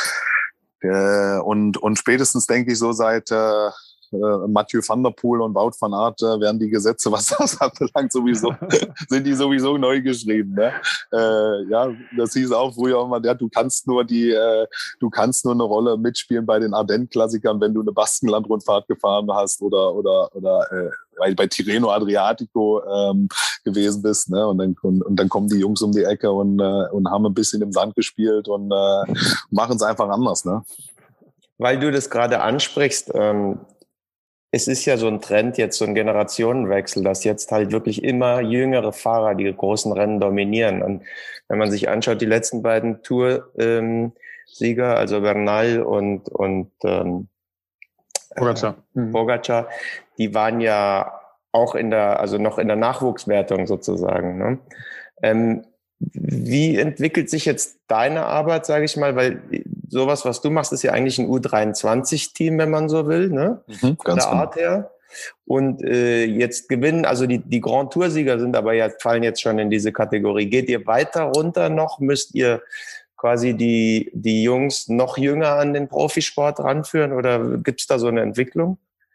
äh, und, und spätestens denke ich so seit, äh, Uh, Mathieu van der Poel und Wout van Aert uh, werden die Gesetze, was das anbelangt, sowieso, sind die sowieso neu geschrieben. Ne? Äh, ja, das hieß auch früher immer, ja, du kannst nur die, äh, du kannst nur eine Rolle mitspielen bei den Ardennen-Klassikern, wenn du eine Baskenlandrundfahrt gefahren hast oder oder oder äh, bei Tirreno Adriatico ähm, gewesen bist. Ne? Und dann und, und dann kommen die Jungs um die Ecke und äh, und haben ein bisschen im Sand gespielt und äh, machen es einfach anders. Ne? Weil du das gerade ansprichst. Ähm Es ist ja so ein Trend, jetzt so ein Generationenwechsel, dass jetzt halt wirklich immer jüngere Fahrer die großen Rennen dominieren. Und wenn man sich anschaut, die letzten beiden Tour-Sieger, also Bernal und, und ähm, Pogačar. Mhm. Pogačar, die waren ja auch in der, also noch in der Nachwuchswertung sozusagen. Ne? Ähm, wie entwickelt sich jetzt deine Arbeit, sage ich mal, weil sowas, was du machst, ist ja eigentlich ein U dreiundzwanzig-Team, wenn man so will, ne? Mhm, Von der Art her. Und äh, jetzt gewinnen, also die, die Grand Tour-Sieger sind aber ja, fallen jetzt schon in diese Kategorie. Geht ihr weiter runter noch? Müsst ihr quasi die, die Jungs noch jünger an den Profisport ranführen oder gibt es da so eine Entwicklung?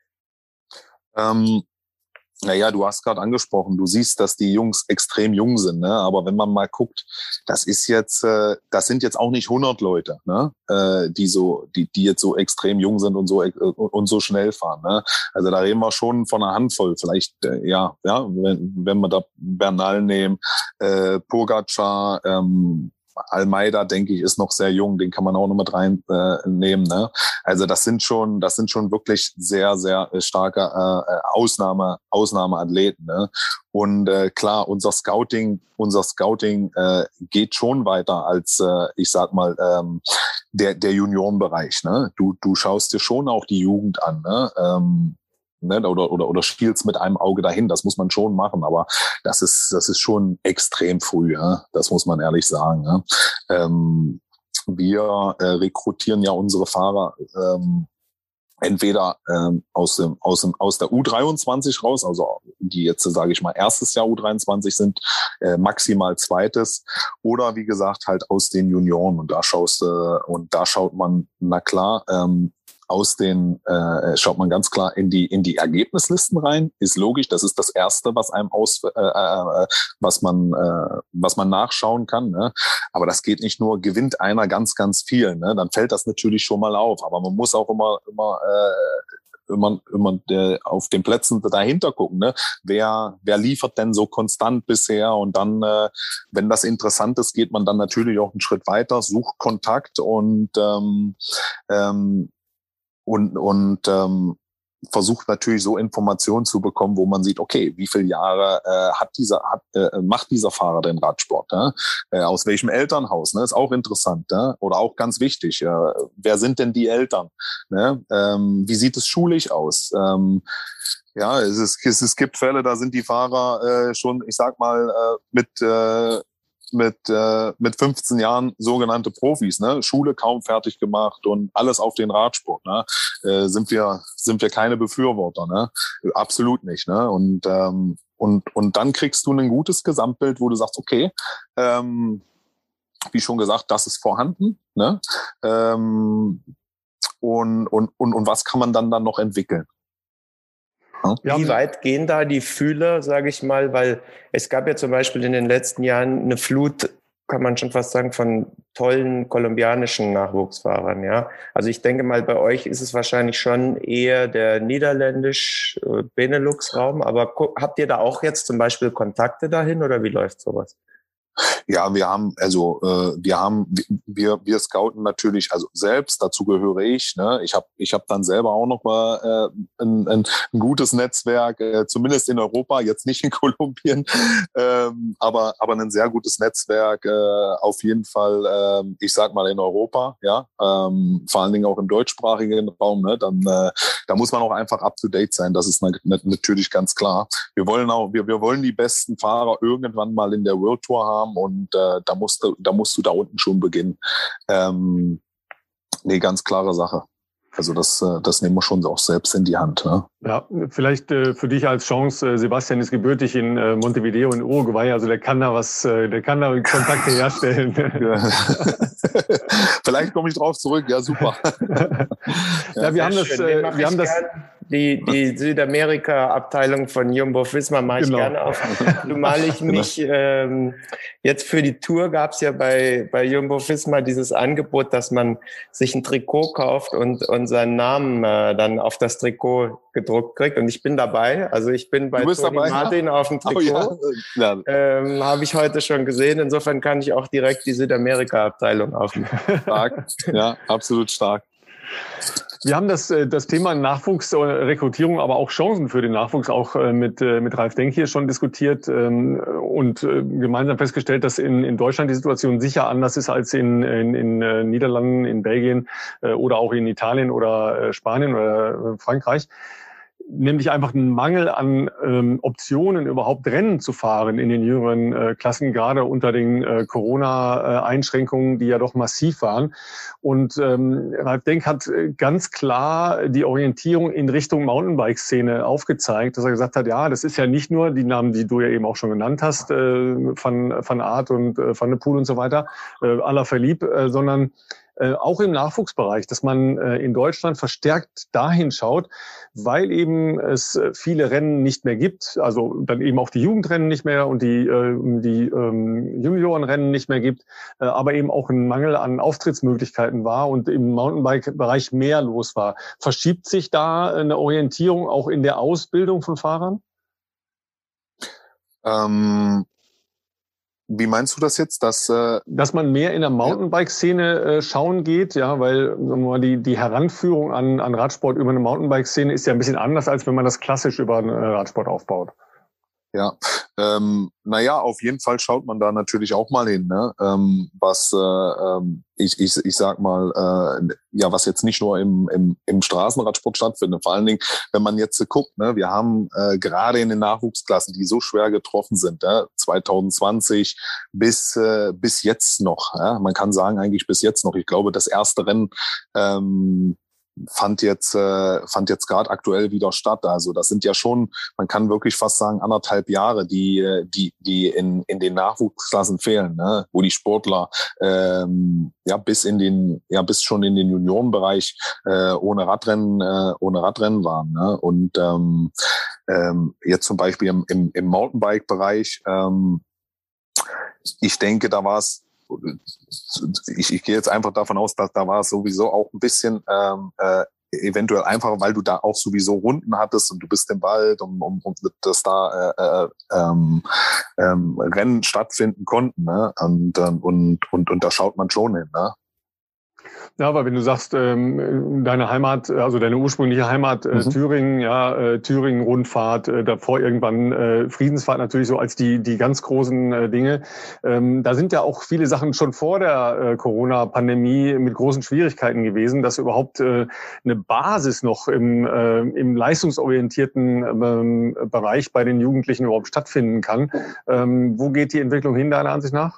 Ähm, naja, du hast gerade angesprochen, du siehst, dass die Jungs extrem jung sind, ne? Aber wenn man mal guckt, das ist jetzt, äh, das sind jetzt auch nicht hundert Leute, ne? Äh, die so, die, die jetzt so extrem jung sind und so äh, und so schnell fahren, ne? Also da reden wir schon von einer Handvoll, vielleicht, äh, ja, ja, wenn, wenn wir da Bernal nehmen, äh, Pogačar, ähm, Almeida, denke ich, ist noch sehr jung, den kann man auch noch mit reinnehmen. Äh, ne? Also das sind schon, das sind schon wirklich sehr, sehr starke äh, Ausnahme, Ausnahmeathleten. Ne? Und äh, klar, unser Scouting, unser Scouting äh, geht schon weiter als, äh, ich sag mal, ähm, der der Juniorenbereich. Ne? Du du schaust dir schon auch die Jugend an. Ne? Ähm, Ne, oder, oder, oder spielst mit einem Auge dahin. Das muss man schon machen, aber das ist, das ist schon extrem früh. Ja? Das muss man ehrlich sagen. Ja? Ähm, wir äh, rekrutieren ja unsere Fahrer ähm, entweder ähm, aus dem, aus dem, aus der U dreiundzwanzig raus, also die jetzt, sage ich mal, erstes Jahr U dreiundzwanzig sind, äh, maximal zweites, oder wie gesagt halt aus den Junioren. Und da schaust du, äh, und da schaut man, na klar, ähm, aus den äh, schaut man ganz klar in die in die Ergebnislisten rein. Ist logisch, das ist das Erste, was einem aus äh, äh, was man äh, was man nachschauen kann. Ne? Aber das geht nicht nur, gewinnt einer ganz ganz viel. Ne? Dann fällt das natürlich schon mal auf. Aber man muss auch immer immer äh, immer immer der, auf den Plätzen dahinter gucken. Ne? Wer wer liefert denn so konstant bisher? Und dann, äh, wenn das interessant ist, geht man dann natürlich auch einen Schritt weiter, sucht Kontakt und ähm, ähm, und und ähm, versucht natürlich so Informationen zu bekommen, wo man sieht, okay, wie viele Jahre äh, hat dieser hat, äh, macht dieser Fahrer den Radsport? Ja? Äh, aus welchem Elternhaus? Ne? Ist auch interessant. Ja? Oder auch ganz wichtig, äh, wer sind denn die Eltern? Ne? Ähm, wie sieht es schulisch aus? Ähm, ja, es, ist, es, es gibt Fälle, da sind die Fahrer äh, schon, ich sag mal, äh, mit äh, mit äh, mit fünfzehn Jahren sogenannte Profis, ne? Schule kaum fertig gemacht und alles auf den Radsport, ne? Äh, sind wir sind wir keine Befürworter, ne? Absolut nicht, ne? Und ähm, und und dann kriegst du ein gutes Gesamtbild, wo du sagst, okay, ähm, wie schon gesagt, das ist vorhanden, ne? Ähm, und und und und was kann man dann dann noch entwickeln? Wie weit gehen da die Fühler, sage ich mal, weil es gab ja zum Beispiel in den letzten Jahren eine Flut, kann man schon fast sagen, von tollen kolumbianischen Nachwuchsfahrern, ja. Also ich denke mal, bei euch ist es wahrscheinlich schon eher der niederländisch-Benelux-Raum, aber habt ihr da auch jetzt zum Beispiel Kontakte dahin oder wie läuft sowas? Ja, wir haben, also äh, wir haben, wir wir scouten natürlich, also selbst, dazu gehöre ich. Ne? Ich habe ich hab dann selber auch noch mal äh, ein, ein, ein gutes Netzwerk, äh, zumindest in Europa, jetzt nicht in Kolumbien, ähm, aber aber ein sehr gutes Netzwerk, äh, auf jeden Fall, äh, ich sag mal in Europa, ja, ähm, vor allen Dingen auch im deutschsprachigen Raum. Ne? Dann äh, da muss man auch einfach up to date sein. Das ist na, natürlich ganz klar. Wir wollen auch, wir wir wollen die besten Fahrer irgendwann mal in der World Tour haben. Und äh, da musst du, da musst du da unten schon beginnen. Ähm, nee, ganz klare Sache. Also das, äh, das nehmen wir schon auch selbst in die Hand. Ne? Ja, vielleicht äh, für dich als Chance, äh, Sebastian ist gebürtig in äh, Montevideo in Uruguay, also der kann da was, äh, der kann da Kontakte herstellen. Vielleicht komme ich drauf zurück, ja super. ja, ja, wir haben das, äh, wir haben das. Die, die Südamerika-Abteilung von Jumbo-Visma mache ich genau. gerne auf. Zumal ich mich, ähm, jetzt für die Tour gab es ja bei, bei Jumbo-Visma dieses Angebot, dass man sich ein Trikot kauft und, und seinen Namen äh, dann auf das Trikot gedruckt kriegt. Und ich bin dabei. Also ich bin bei Toni dabei, Martin ja? auf dem Trikot. Oh, ja. Ja. Ähm, habe ich heute schon gesehen. Insofern kann ich auch direkt die Südamerika-Abteilung aufnehmen. Stark. Ja, absolut stark. Wir haben das, das Thema Nachwuchsrekrutierung, aber auch Chancen für den Nachwuchs auch mit, mit Ralf Denk hier schon diskutiert und gemeinsam festgestellt, dass in, in Deutschland die Situation sicher anders ist als in, in, in Niederlanden, in Belgien oder auch in Italien oder Spanien oder Frankreich. Nämlich einfach einen Mangel an ähm, Optionen, überhaupt Rennen zu fahren in den jüngeren äh, Klassen, gerade unter den äh, Corona-Einschränkungen, die ja doch massiv waren. Und ähm, Ralf Denk hat ganz klar die Orientierung in Richtung Mountainbike-Szene aufgezeigt, dass er gesagt hat, ja, das ist ja nicht nur die Namen, die du ja eben auch schon genannt hast, äh, Van, Van Aert und äh, Van der Poel und so weiter, äh, Alaphilippe, äh, sondern Äh, auch im Nachwuchsbereich, dass man äh, in Deutschland verstärkt dahin schaut, weil eben es äh, viele Rennen nicht mehr gibt, also dann eben auch die Jugendrennen nicht mehr und die, äh, die ähm, Juniorenrennen nicht mehr gibt, äh, aber eben auch ein Mangel an Auftrittsmöglichkeiten war und im Mountainbike-Bereich mehr los war. Verschiebt sich da eine Orientierung auch in der Ausbildung von Fahrern? Ähm Wie meinst du das jetzt? Dass, äh, dass man mehr in der Mountainbike-Szene äh, schauen geht, ja, weil sagen wir mal, die, die Heranführung an, an Radsport über eine Mountainbike-Szene ist ja ein bisschen anders, als wenn man das klassisch über einen Radsport aufbaut. Ja, ähm, naja, auf jeden Fall schaut man da natürlich auch mal hin, ne? ähm, was äh, ähm, ich, ich, ich sag mal, äh, ja, was jetzt nicht nur im, im, im Straßenradsport stattfindet, vor allen Dingen, wenn man jetzt äh, guckt, ne, wir haben äh, gerade in den Nachwuchsklassen, die so schwer getroffen sind, ja, zwanzig zwanzig bis äh, bis jetzt noch, ja, man kann sagen eigentlich bis jetzt noch. Ich glaube, das erste Rennen ähm, fand jetzt äh, fand jetzt gerade aktuell wieder statt. Also das sind ja schon, man kann wirklich fast sagen, anderthalb Jahre, die die die in in den Nachwuchsklassen fehlen, ne? Wo die Sportler ähm, ja bis in den ja bis schon in den Juniorenbereich äh, ohne Radrennen äh, ohne Radrennen waren, ne? Und ähm, ähm, jetzt zum Beispiel im im, im Mountainbike-Bereich, ähm, ich denke, da war es Ich, ich gehe jetzt einfach davon aus, dass da war es sowieso auch ein bisschen ähm, äh, eventuell einfacher, weil du da auch sowieso Runden hattest und du bist im Wald und, und, und dass da äh, äh, ähm, ähm, Rennen stattfinden konnten, ne? Und, und, und, und da schaut man schon hin, ne? Ja, aber wenn du sagst, ähm, deine Heimat, also deine ursprüngliche Heimat, äh, mhm. Thüringen, ja, äh, Thüringen-Rundfahrt, äh, davor irgendwann äh, Friedensfahrt natürlich so als die die ganz großen äh, Dinge. Ähm, da sind ja auch viele Sachen schon vor der äh, Corona-Pandemie mit großen Schwierigkeiten gewesen, dass überhaupt äh, eine Basis noch im, äh, im leistungsorientierten ähm, Bereich bei den Jugendlichen überhaupt stattfinden kann. Ähm, wo geht die Entwicklung hin, deiner Ansicht nach?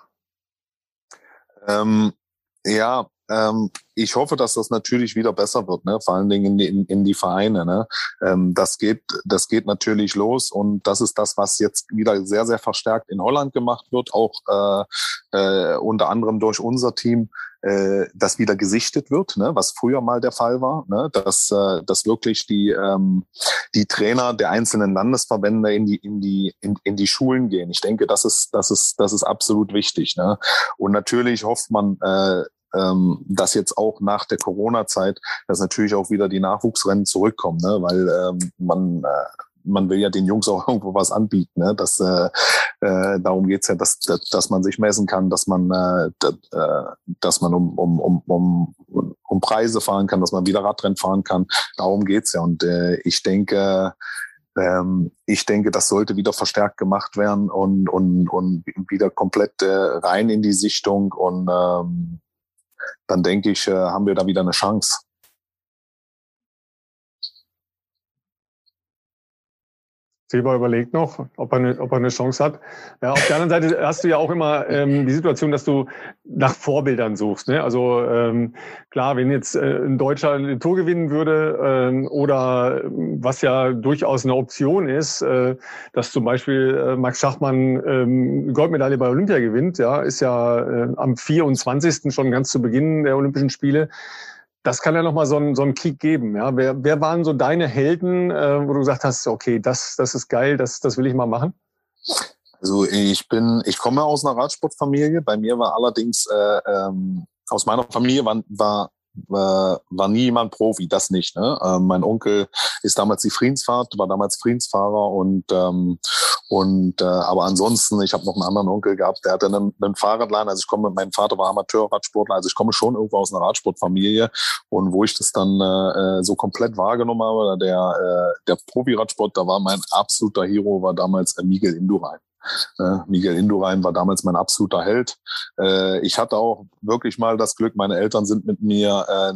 Ähm, ja, Ähm, ich hoffe, dass das natürlich wieder besser wird, ne? Vor allen Dingen in die, in, in die Vereine. Ne? Ähm, das geht, das geht natürlich los und das ist das, was jetzt wieder sehr, sehr verstärkt in Holland gemacht wird, auch äh, äh, unter anderem durch unser Team, äh, dass wieder gesichtet wird, ne? Was früher mal der Fall war, ne? Dass, äh, dass wirklich die ähm, die Trainer der einzelnen Landesverbände in die in die in, in die Schulen gehen. Ich denke, das ist das ist das ist absolut wichtig, ne? Und natürlich hofft man, äh, dass jetzt auch nach der Corona-Zeit, dass natürlich auch wieder die Nachwuchsrennen zurückkommen, ne? Weil ähm, man äh, man will ja den Jungs auch irgendwo was anbieten, ne? Das, äh, äh, darum geht's ja, dass, dass man sich messen kann, dass man äh, dass man um, um, um, um, um Preise fahren kann, dass man wieder Radrennen fahren kann. Darum geht's ja. Und äh, ich denke, ähm, ich denke, das sollte wieder verstärkt gemacht werden und und und wieder komplett äh, rein in die Sichtung und ähm, dann denke ich, äh, haben wir da wieder eine Chance. Silber überlegt noch, ob er, eine, ob er eine Chance hat. Ja, auf der anderen Seite hast du ja auch immer ähm, die Situation, dass du nach Vorbildern suchst. Ne? Also ähm, klar, wenn jetzt äh, ein Deutscher eine Tour gewinnen würde ähm, oder was ja durchaus eine Option ist, äh, dass zum Beispiel äh, Max Schachmann ähm, Goldmedaille bei Olympia gewinnt, ja, ist ja äh, am vierundzwanzigsten schon ganz zu Beginn der Olympischen Spiele. Das kann ja nochmal so einen, so einen Kick geben. Ja? Wer, wer waren so deine Helden, äh, wo du gesagt hast, okay, das, das ist geil, das, das will ich mal machen? Also ich bin, ich komme aus einer Radsportfamilie. Bei mir war allerdings, äh, ähm, aus meiner Familie war, war war, war nie jemand Profi, das nicht. Ne? Ähm, mein Onkel ist damals die Friedensfahrt, war damals Friedensfahrer und ähm, und äh, aber ansonsten, ich habe noch einen anderen Onkel gehabt, der hatte einen, einen Fahrradladen. Also ich komme, mein Vater war Amateurradsportler, also ich komme schon irgendwo aus einer Radsportfamilie und wo ich das dann äh, so komplett wahrgenommen habe, der äh, der Profi-Radsport, da war mein absoluter Hero, war damals äh, Miguel Indurain. Äh, Miguel Indurain war damals mein absoluter Held. Äh, ich hatte auch wirklich mal das Glück, meine Eltern sind mit mir äh,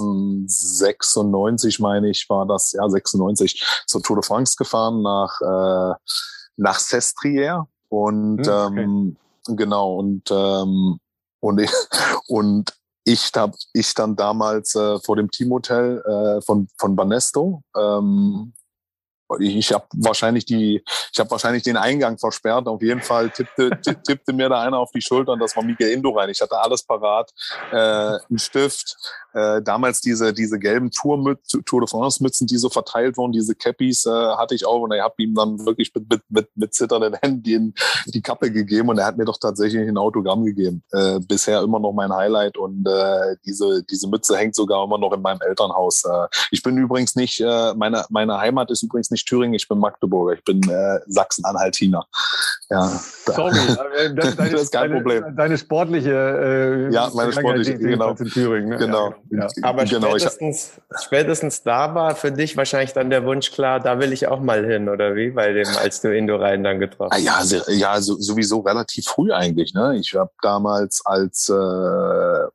neunzehnhundertsechsundneunzig, meine ich, war das, ja, sechsundneunzig, zur Tour de France gefahren nach äh, nach Sestriere und okay. ähm, genau und ähm, und ich, und ich hab, ich stand damals äh, vor dem Teamhotel äh, von von Banesto. Ähm, Ich habe wahrscheinlich die, ich habe wahrscheinlich den Eingang versperrt. Auf jeden Fall tippte, tippte mir da einer auf die Schulter und das war Miguel Indurain. Ich hatte alles parat, äh, einen Stift, äh, damals diese diese gelben Tour, Tour de France Mützen, die so verteilt wurden, diese Cappies äh, hatte ich auch und ich habe ihm dann wirklich mit mit mit, mit zitternden Händen die, die Kappe gegeben und er hat mir doch tatsächlich ein Autogramm gegeben. Äh, bisher immer noch mein Highlight und äh, diese diese Mütze hängt sogar immer noch in meinem Elternhaus. Äh, ich bin übrigens nicht, äh, meine meine Heimat ist übrigens nicht nicht Thüringen, ich bin Magdeburger, ich bin äh, Sachsen-Anhaltiner. Ja, sorry, deine, das ist kein deine, Problem. Deine sportliche äh, ja, meine sportliche, genau. In Thüringen, ne? Genau. Ja, genau. Ja. Aber genau, spätestens, spätestens da war für dich wahrscheinlich dann der Wunsch klar, da will ich auch mal hin, oder wie? Bei dem, als du Indurain dann getroffen hast. Ah, ja, sehr, ja so, sowieso relativ früh eigentlich. Ne? Ich habe damals als äh,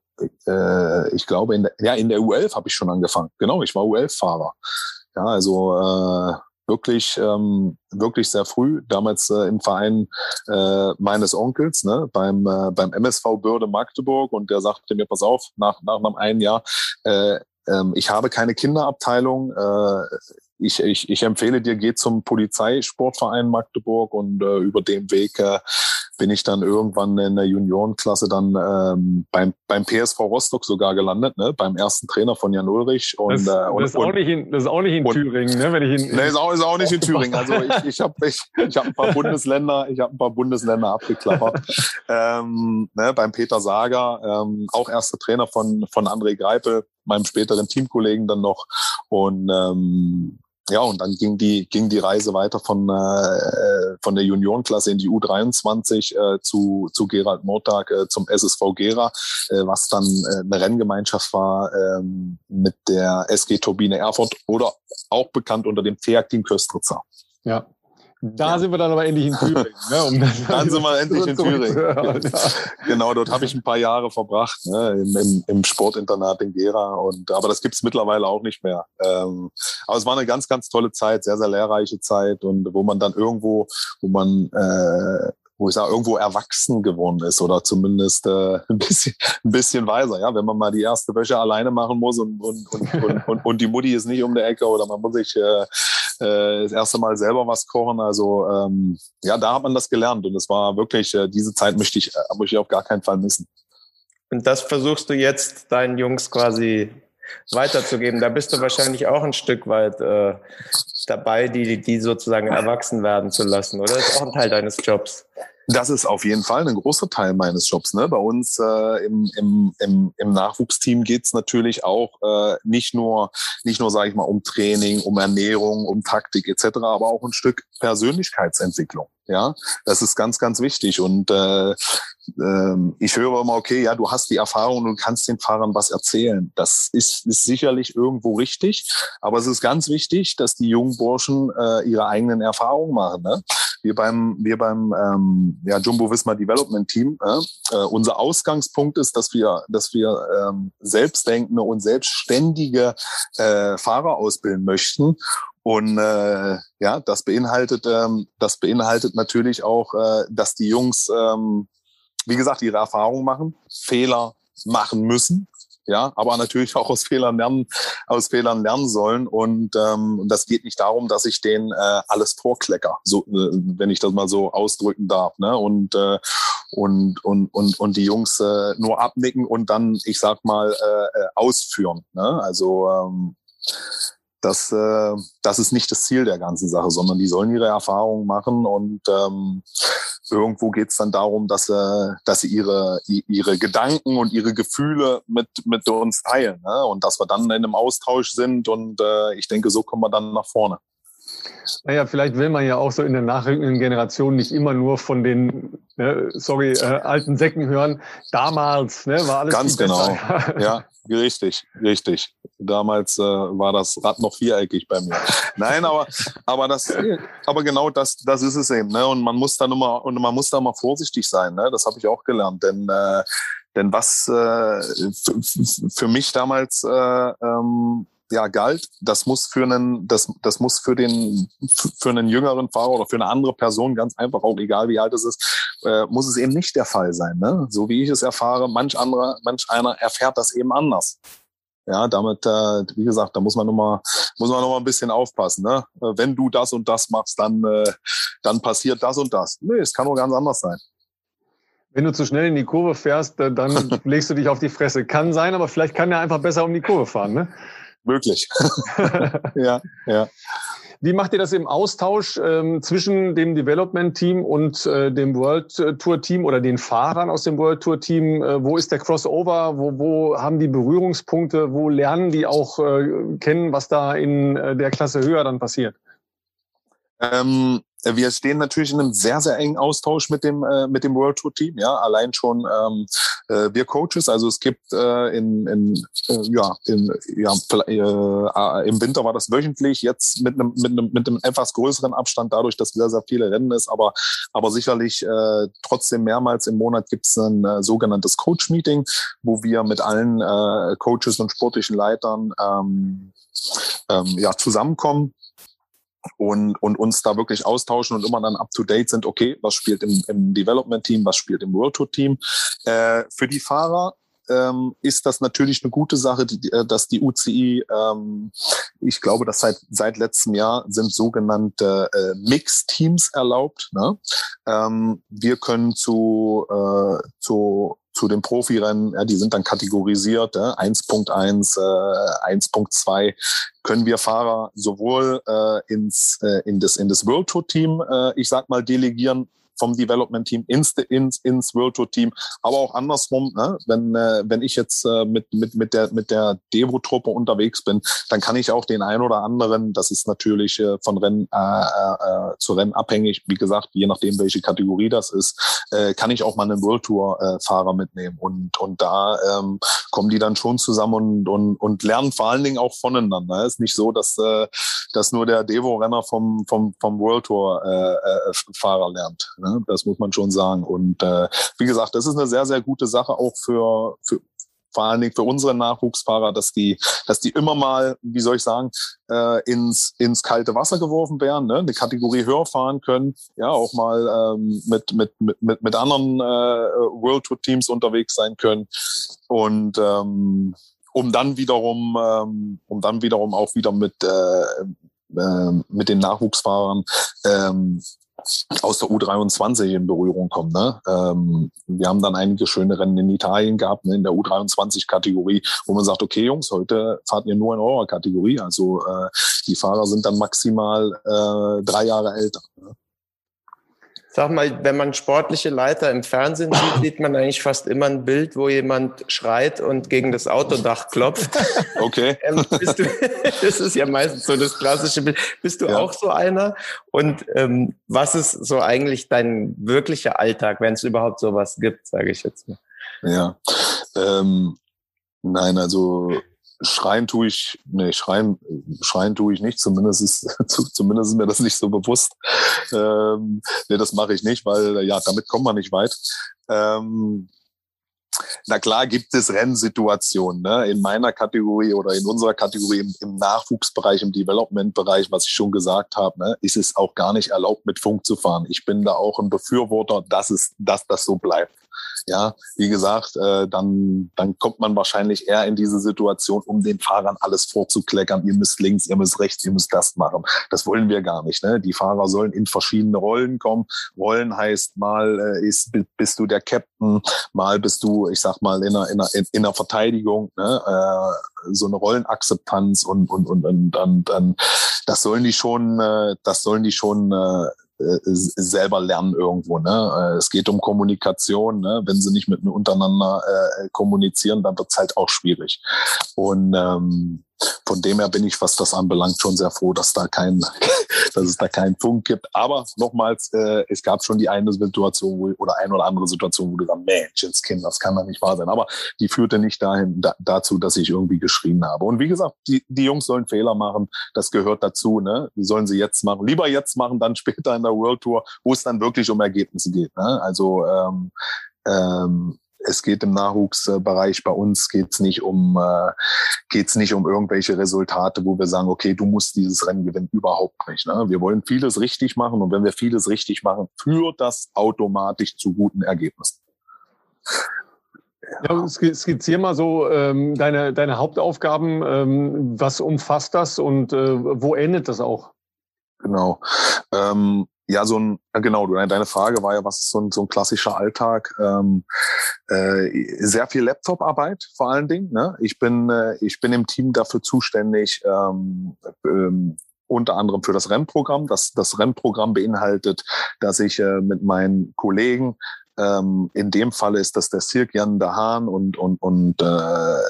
äh, ich glaube, in der, ja, in der U elf habe ich schon angefangen. Genau, ich war U elf-Fahrer. Ja, also äh, wirklich, ähm, wirklich sehr früh. Damals äh, im Verein äh, meines Onkels, ne, beim äh, beim M S V Börde Magdeburg, und der sagte mir: Pass auf, nach nach einem einen Jahr, äh, ähm, ich habe keine Kinderabteilung. Äh, ich, ich ich empfehle dir, geh zum Polizeisportverein Magdeburg, und äh, über den Weg äh, bin ich dann irgendwann in der Juniorenklasse dann ähm, beim beim P S V Rostock sogar gelandet, ne, beim ersten Trainer von Jan Ulrich. Und, das, äh, und, das, ist, auch nicht in, das ist auch nicht in und, Thüringen, ne? Wenn ich in, nee, ist auch, ist auch nicht in Thüringen. Also ich, ich habe ich, ich hab ein paar Bundesländer, ich habe ein paar Bundesländer abgeklappert. ähm, ne, beim Peter Sager, ähm, auch erster Trainer von von André Greipel, meinem späteren Teamkollegen dann noch. Und ähm, ja, und dann ging die ging die Reise weiter von äh, von der Juniorenklasse in die U dreiundzwanzig äh, zu zu Gerald Mortag äh, zum S S V Gera, äh, was dann äh, eine Renngemeinschaft war äh, mit der S G Turbine Erfurt, oder auch bekannt unter dem T E A G-Team Köstritzer. Ja. Da ja. sind wir dann aber endlich in Thüringen. Ne? Um das dann sind wir endlich in Thüringen. Ja. Genau, dort habe ich ein paar Jahre verbracht, ne, im, im, im Sportinternat in Gera. Und, aber das gibt es mittlerweile auch nicht mehr. Ähm, aber es war eine ganz, ganz tolle Zeit, sehr, sehr lehrreiche Zeit, und wo man dann irgendwo, wo man äh, wo ich sage, irgendwo erwachsen geworden ist, oder zumindest äh, ein bisschen ein bisschen weiser, ja, wenn man mal die erste Wäsche alleine machen muss, und und und, und, und, und die Mutti ist nicht um der Ecke, oder man muss sich äh, äh, das erste Mal selber was kochen. Also ähm, ja, da hat man das gelernt, und es war wirklich, äh, diese Zeit möchte ich, äh, möchte ich auf gar keinen Fall missen. Und das versuchst du jetzt deinen Jungs quasi weiterzugeben. Da bist du wahrscheinlich auch ein Stück weit äh, dabei, die, die sozusagen erwachsen werden zu lassen, oder? Das ist auch ein Teil deines Jobs. Das ist auf jeden Fall ein großer Teil meines Jobs. Ne? Bei uns äh, im, im, im, im Nachwuchsteam geht's natürlich auch äh, nicht nur, nicht nur, sage ich mal, um Training, um Ernährung, um Taktik et cetera, aber auch ein Stück Persönlichkeitsentwicklung. Ja, das ist ganz, ganz wichtig. Und äh, äh, ich höre immer, okay, ja, du hast die Erfahrung und du kannst den Fahrern was erzählen. Das ist, ist sicherlich irgendwo richtig, aber es ist ganz wichtig, dass die jungen Burschen äh, ihre eigenen Erfahrungen machen. Ne? Wir beim, wir beim ähm, ja, Jumbo-Visma Development Team, äh, äh, unser Ausgangspunkt ist, dass wir, dass wir ähm, selbstdenkende und selbstständige äh, Fahrer ausbilden möchten. Und äh, ja, das beinhaltet, ähm, das beinhaltet natürlich auch, äh, dass die Jungs, ähm, wie gesagt, ihre Erfahrungen machen, Fehler machen müssen. Ja, aber natürlich auch aus Fehlern lernen, aus Fehlern lernen sollen. Und ähm, das geht nicht darum, dass ich denen äh, alles vorklecker, so, äh, wenn ich das mal so ausdrücken darf. Ne? Und äh, und und und und die Jungs äh, nur abnicken und dann, ich sag mal, äh, ausführen. Ne? Also ähm, das, äh, das ist nicht das Ziel der ganzen Sache, sondern die sollen ihre Erfahrungen machen, und ähm, irgendwo geht's dann darum, dass, äh, dass sie ihre, ihre Gedanken und ihre Gefühle mit, mit uns teilen, ne? Und dass wir dann in einem Austausch sind, und äh, ich denke, so kommen wir dann nach vorne. Naja, vielleicht will man ja auch so in der nachrückenden Generation nicht immer nur von den, ne, sorry, äh, alten Säcken hören. Damals, ne, war alles ganz genau. Ja, richtig, richtig. Damals äh, war das Rad noch viereckig bei mir. Nein, aber aber das, aber genau das, das ist es eben. Ne? Und man muss dann immer und man muss da mal vorsichtig sein. Ne? Das habe ich auch gelernt, denn äh, denn was äh, für mich damals äh, ähm, ja galt, das muss für einen, das, das muss für den, für einen jüngeren Fahrer oder für eine andere Person ganz einfach, auch egal wie alt es ist, äh, muss es eben nicht der Fall sein. Ne? So wie ich es erfahre, manch anderer, manch einer erfährt das eben anders. Ja, damit, äh, wie gesagt, da muss man noch mal, muss man noch mal ein bisschen aufpassen. Ne? Wenn du das und das machst, dann, äh, dann passiert das und das. Nee, es kann auch ganz anders sein. Wenn du zu schnell in die Kurve fährst, dann legst du dich auf die Fresse. Kann sein, aber vielleicht kann er einfach besser um die Kurve fahren, ne? Möglich. Ja, ja. Wie macht ihr das im Austausch ähm, zwischen dem Development-Team und äh, dem World Tour-Team oder den Fahrern aus dem World Tour-Team? Äh, wo ist der Crossover? Wo, wo haben die Berührungspunkte? Wo lernen die auch äh, kennen, was da in äh, der Klasse höher dann passiert? Ähm, wir stehen natürlich in einem sehr, sehr engen Austausch mit dem, äh, mit dem World Tour Team. Ja, allein schon ähm, äh, wir Coaches. Also es gibt äh, in, in äh, ja, in, ja äh, im Winter war das wöchentlich. Jetzt mit einem mit einem mit einem etwas größeren Abstand, dadurch, dass sehr, sehr viele Rennen ist. Aber aber sicherlich äh, trotzdem mehrmals im Monat gibt es ein äh, sogenanntes Coach Meeting, wo wir mit allen äh, Coaches und sportlichen Leitern ähm, ähm, ja zusammenkommen. Und, und uns da wirklich austauschen und immer dann up to date sind, okay, was spielt im, im Development-Team, was spielt im World Tour-Team. Äh, für die Fahrer ähm, ist das natürlich eine gute Sache, die, dass die U C I, ähm, ich glaube, dass seit, seit letztem Jahr sind sogenannte äh, Mix-Teams erlaubt. Ne? Ähm, wir können zu, äh, zu zu den Profirennen, ja, die sind dann kategorisiert, ja, eins Punkt eins, äh, eins Punkt zwei, können wir Fahrer sowohl äh, ins, äh, in das, in das World Tour Team, äh, ich sag mal, delegieren, vom Development Team ins, ins, ins World Tour Team, aber auch andersrum, ne? wenn, äh, wenn ich jetzt äh, mit, mit, mit der, mit der Devo-Truppe unterwegs bin, dann kann ich auch den einen oder anderen, das ist natürlich äh, von Rennen äh, äh, zu Rennen abhängig, wie gesagt, je nachdem, welche Kategorie das ist, äh, kann ich auch mal einen World Tour äh, Fahrer mitnehmen und, und da ähm, kommen die dann schon zusammen und, und, und lernen vor allen Dingen auch voneinander. Es ist nicht so, dass, äh, dass nur der Devo-Renner vom, vom, vom World Tour äh, äh, Fahrer lernt. Das muss man schon sagen. Und äh, wie gesagt, das ist eine sehr, sehr gute Sache auch für, für vor allen Dingen für unsere Nachwuchsfahrer, dass die, dass die immer mal, wie soll ich sagen, äh, ins ins kalte Wasser geworfen werden, ne? Eine Kategorie höher fahren können, ja auch mal ähm, mit mit mit mit anderen äh, World Tour Teams unterwegs sein können und ähm, um dann wiederum ähm, um dann wiederum auch wieder mit äh, äh, mit den Nachwuchsfahrern ähm, aus der U dreiundzwanzig in Berührung kommen. Ne? Ähm, wir haben dann einige schöne Rennen in Italien gehabt, ne, in der U dreiundzwanzig-Kategorie, wo man sagt, okay Jungs, heute fahrt ihr nur in eurer Kategorie. Also äh, die Fahrer sind dann maximal äh, drei Jahre älter. Ne? Sag mal, wenn man sportliche Leiter im Fernsehen sieht, sieht man eigentlich fast immer ein Bild, wo jemand schreit und gegen das Autodach klopft. Okay. ähm, bist du, das ist ja meistens so das klassische Bild. Bist du ja auch so einer? Und ähm, was ist so eigentlich dein wirklicher Alltag, wenn es überhaupt sowas gibt, sage ich jetzt mal? Ja, ähm, nein, also schreien tue ich, nee, schreien, schreien tue ich nicht, zumindest ist, zumindest ist mir das nicht so bewusst. Ähm, nee, das mache ich nicht, weil, ja, damit kommt man nicht weit. Ähm, na klar gibt es Rennsituationen, ne? In meiner Kategorie oder in unserer Kategorie im, im Nachwuchsbereich, im Development-Bereich, was ich schon gesagt habe, ne, ist es auch gar nicht erlaubt, mit Funk zu fahren. Ich bin da auch ein Befürworter, dass es, dass das so bleibt. Ja, wie gesagt, äh, dann, dann kommt man wahrscheinlich eher in diese Situation, um den Fahrern alles vorzukleckern. Ihr müsst links, ihr müsst rechts, ihr müsst das machen. Das wollen wir gar nicht. Ne? Die Fahrer sollen in verschiedene Rollen kommen. Rollen heißt, mal äh, ist, bist du der Captain, mal bist du, ich sag mal, in einer, in einer, in einer Verteidigung. Ne? Äh, so eine Rollenakzeptanz und und und und, und, und das sollen die schon, äh, das sollen die schon. Äh, selber lernen irgendwo. Ne? Es geht um Kommunikation. Ne? Wenn sie nicht mit mir untereinander äh, kommunizieren, dann wird es halt auch schwierig. Und ähm, von dem her bin ich, was das anbelangt, schon sehr froh, dass da kein, dass es da keinen Funk gibt. Aber nochmals, äh, es gab schon die eine Situation, wo, oder eine oder andere Situation, wo du sagst, Mensch, Kind, das kann doch nicht wahr sein. Aber die führte nicht dahin, da, dazu, dass ich irgendwie geschrien habe. Und wie gesagt, die, die Jungs sollen Fehler machen. Das gehört dazu. Ne? Die sollen sie jetzt machen. Lieber jetzt machen, dann später in der World Tour, wo es dann wirklich um Ergebnisse geht. Ne? Also ähm, ähm, es geht im Nachwuchsbereich bei uns geht's nicht um äh, geht's nicht um irgendwelche Resultate, wo wir sagen, okay, du musst dieses Rennen gewinnen, überhaupt nicht. Ne? Wir wollen vieles richtig machen und wenn wir vieles richtig machen, führt das automatisch zu guten Ergebnissen. Ja, skizzier mal so ähm, deine deine Hauptaufgaben. Ähm, was umfasst das und äh, wo endet das auch? Genau. Ähm, Ja, so ein, genau, deine Frage war ja, was ist so ein, so ein klassischer Alltag? Ähm, äh, sehr viel Laptop-Arbeit vor allen Dingen. Ne? Ich bin, äh, ich bin im Team dafür zuständig, ähm, ähm, unter anderem für das Rennprogramm. Das, das Rennprogramm beinhaltet, dass ich äh, mit meinen Kollegen, ähm, in dem Fall ist das der Sirkjan Dahan und, und, und, äh,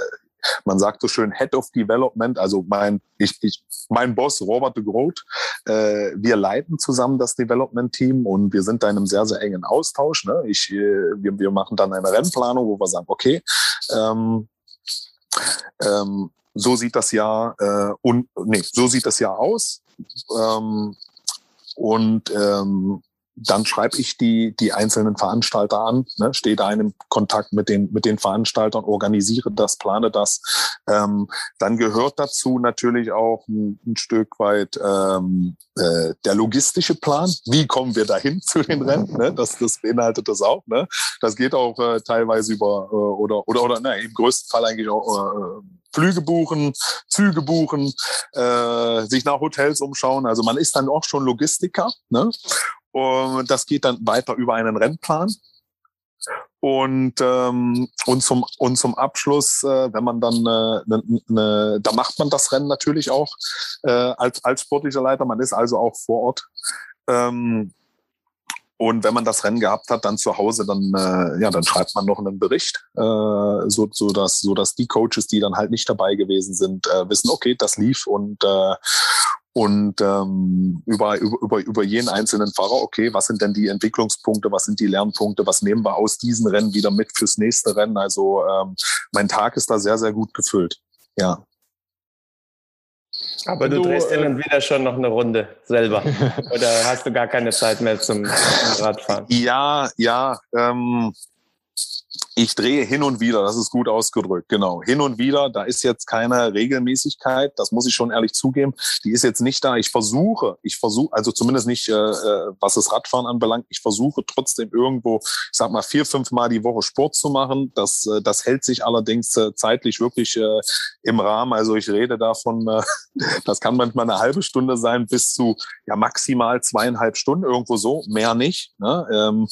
man sagt so schön Head of Development, also mein, ich, ich, mein Boss Robert de Groot, äh, wir leiten zusammen das Development-Team und wir sind da in einem sehr, sehr engen Austausch. Ne? Ich, äh, wir, wir machen dann eine Rennplanung, wo wir sagen, okay, ähm, ähm, so sieht das Jahr äh, und nee, so sieht das Jahr aus. Ähm, und ähm, dann schreibe ich die die einzelnen Veranstalter an, ne, stehe da in Kontakt mit den mit den Veranstaltern, organisiere das, plane das. Ähm, dann gehört dazu natürlich auch ein, ein Stück weit ähm, äh, der logistische Plan. Wie kommen wir dahin zu den Rennen? Ne? Das, das beinhaltet das auch. Ne? Das geht auch äh, teilweise über äh, oder oder oder ne, im größten Fall eigentlich auch äh, Flüge buchen, Züge buchen, äh, sich nach Hotels umschauen. Also man ist dann auch schon Logistiker. Ne? Und das geht dann weiter über einen Rennplan. Und, ähm, und, zum, und zum Abschluss, äh, wenn man dann, äh, ne, ne, da macht man das Rennen natürlich auch äh, als, als sportlicher Leiter. Man ist also auch vor Ort. Ähm, und wenn man das Rennen gehabt hat, dann zu Hause, dann, äh, ja, dann schreibt man noch einen Bericht, äh, so, so, dass, so dass die Coaches, die dann halt nicht dabei gewesen sind, äh, wissen, okay, das lief und äh, Und ähm, über, über, über jeden einzelnen Fahrer, okay, was sind denn die Entwicklungspunkte, was sind die Lernpunkte, was nehmen wir aus diesen Rennen wieder mit fürs nächste Rennen? Also ähm, mein Tag ist da sehr, sehr gut gefüllt, ja. Aber du, du drehst hin und wieder schon noch eine Runde selber. Oder hast du gar keine Zeit mehr zum, zum Radfahren? Ja, ja, ähm, ich drehe hin und wieder, das ist gut ausgedrückt, genau. Hin und wieder, da ist jetzt keine Regelmäßigkeit, das muss ich schon ehrlich zugeben. Die ist jetzt nicht da. Ich versuche, ich versuche, also zumindest nicht, äh, was das Radfahren anbelangt, ich versuche trotzdem irgendwo, ich sag mal, vier, fünf Mal die Woche Sport zu machen. Das, äh, das hält sich allerdings äh, zeitlich wirklich äh, im Rahmen. Also ich rede davon, äh, das kann manchmal eine halbe Stunde sein, bis zu ja maximal zweieinhalb Stunden, irgendwo so, mehr nicht. Ne? Ähm,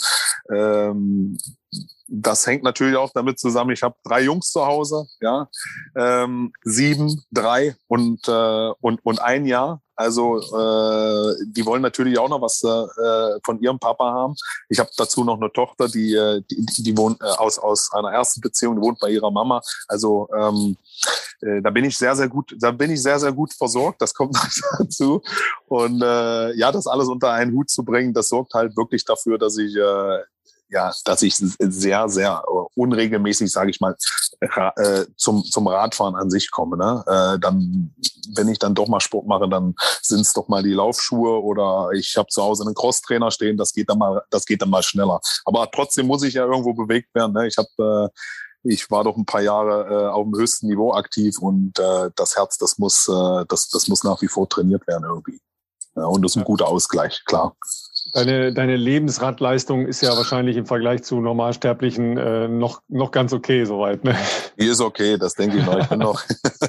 ähm, Das hängt natürlich auch damit zusammen, ich habe drei Jungs zu Hause, ja, ähm, sieben, drei und, äh, und, und ein Jahr. Also äh, die wollen natürlich auch noch was äh, von ihrem Papa haben. Ich habe dazu noch eine Tochter, die, die, die wohnt äh, aus, aus einer ersten Beziehung, die wohnt bei ihrer Mama. Also ähm, äh, da bin ich sehr, sehr gut, da bin ich sehr, sehr gut versorgt. Das kommt noch dazu. Und äh, ja, das alles unter einen Hut zu bringen, das sorgt halt wirklich dafür, dass ich äh, ja, dass ich sehr, sehr unregelmäßig, sage ich mal, äh, zum zum Radfahren an sich komme. Ne? Äh, dann, wenn ich dann doch mal Sport mache, dann sind es doch mal die Laufschuhe oder ich habe zu Hause einen Crosstrainer stehen. Das geht dann mal, das geht dann mal schneller. Aber trotzdem muss ich ja irgendwo bewegt werden. Ne? Ich habe, äh, ich war doch ein paar Jahre äh, auf dem höchsten Niveau aktiv und äh, das Herz, das muss, äh, das das muss nach wie vor trainiert werden irgendwie. Ja, und das ist ein guter Ausgleich, klar. Deine, deine Lebensradleistung ist ja wahrscheinlich im Vergleich zu Normalsterblichen äh, noch, noch ganz okay soweit. Ne? Die ist okay, das denke ich noch. Ich bin noch.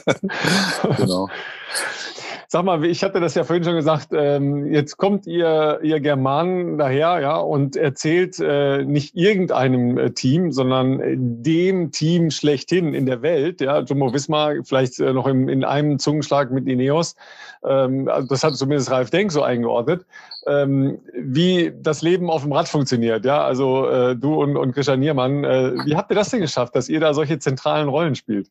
Genau. Sag mal, ich hatte das ja vorhin schon gesagt, ähm, jetzt kommt ihr, ihr Germanen daher, ja, und erzählt äh, nicht irgendeinem äh, Team, sondern äh, dem Team schlechthin in der Welt, ja, Jumbo-Visma, vielleicht äh, noch im, in einem Zungenschlag mit Ineos, ähm, also das hat zumindest Ralf Denk so eingeordnet, ähm, wie das Leben auf dem Rad funktioniert, ja, also äh, du und, und Grisha Niermann, äh, wie habt ihr das denn geschafft, dass ihr da solche zentralen Rollen spielt?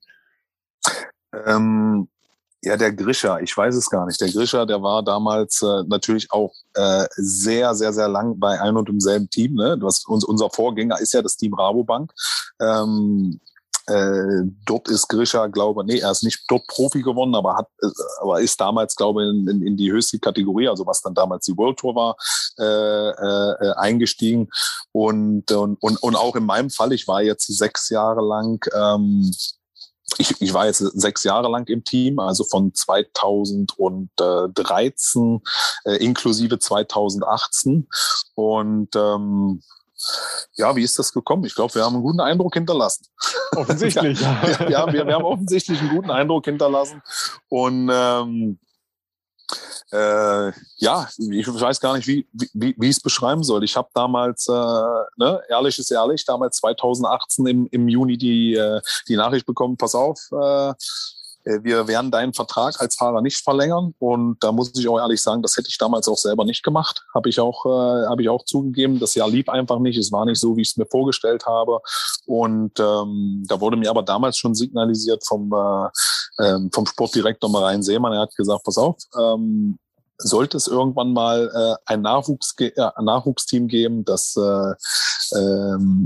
Ähm Ja, der Grisha, ich weiß es gar nicht. Der Grisha, der war damals äh, natürlich auch äh, sehr, sehr, sehr lang bei ein und demselben Team. Ne? Du hast, uns, unser Vorgänger ist ja das Team Rabobank. Ähm, äh, dort ist Grisha, glaube nee, er ist nicht dort Profi geworden, aber hat, äh, aber ist damals, glaube ich, in, in, in die höchste Kategorie, also was dann damals die World Tour war, äh, äh, eingestiegen. Und, und, und, und auch in meinem Fall, ich war jetzt sechs Jahre lang ähm, Ich, ich war jetzt sechs Jahre lang im Team, also von zweitausenddreizehn äh, inklusive zweitausendachtzehn. Und ähm, ja, wie ist das gekommen? Ich glaube, wir haben einen guten Eindruck hinterlassen. Offensichtlich. ja, ja wir, wir haben offensichtlich einen guten Eindruck hinterlassen. Und ähm, Äh, ja, ich weiß gar nicht, wie, wie, wie ich es beschreiben soll. Ich habe damals, äh, ne, ehrlich ist ehrlich, damals zweitausendachtzehn im, im Juni die, äh, die Nachricht bekommen, pass auf, äh, wir werden deinen Vertrag als Fahrer nicht verlängern. Und da muss ich auch ehrlich sagen, das hätte ich damals auch selber nicht gemacht. Habe ich auch, äh, habe ich auch zugegeben. Das Jahr lief einfach nicht. Es war nicht so, wie ich es mir vorgestellt habe. Und ähm, da wurde mir aber damals schon signalisiert vom, äh, äh, vom Sportdirektor Marijn Seemann. Er hat gesagt, pass auf, ähm, sollte es irgendwann mal äh, ein, Nachwuchs ge- äh, ein Nachwuchsteam geben, das äh, ähm,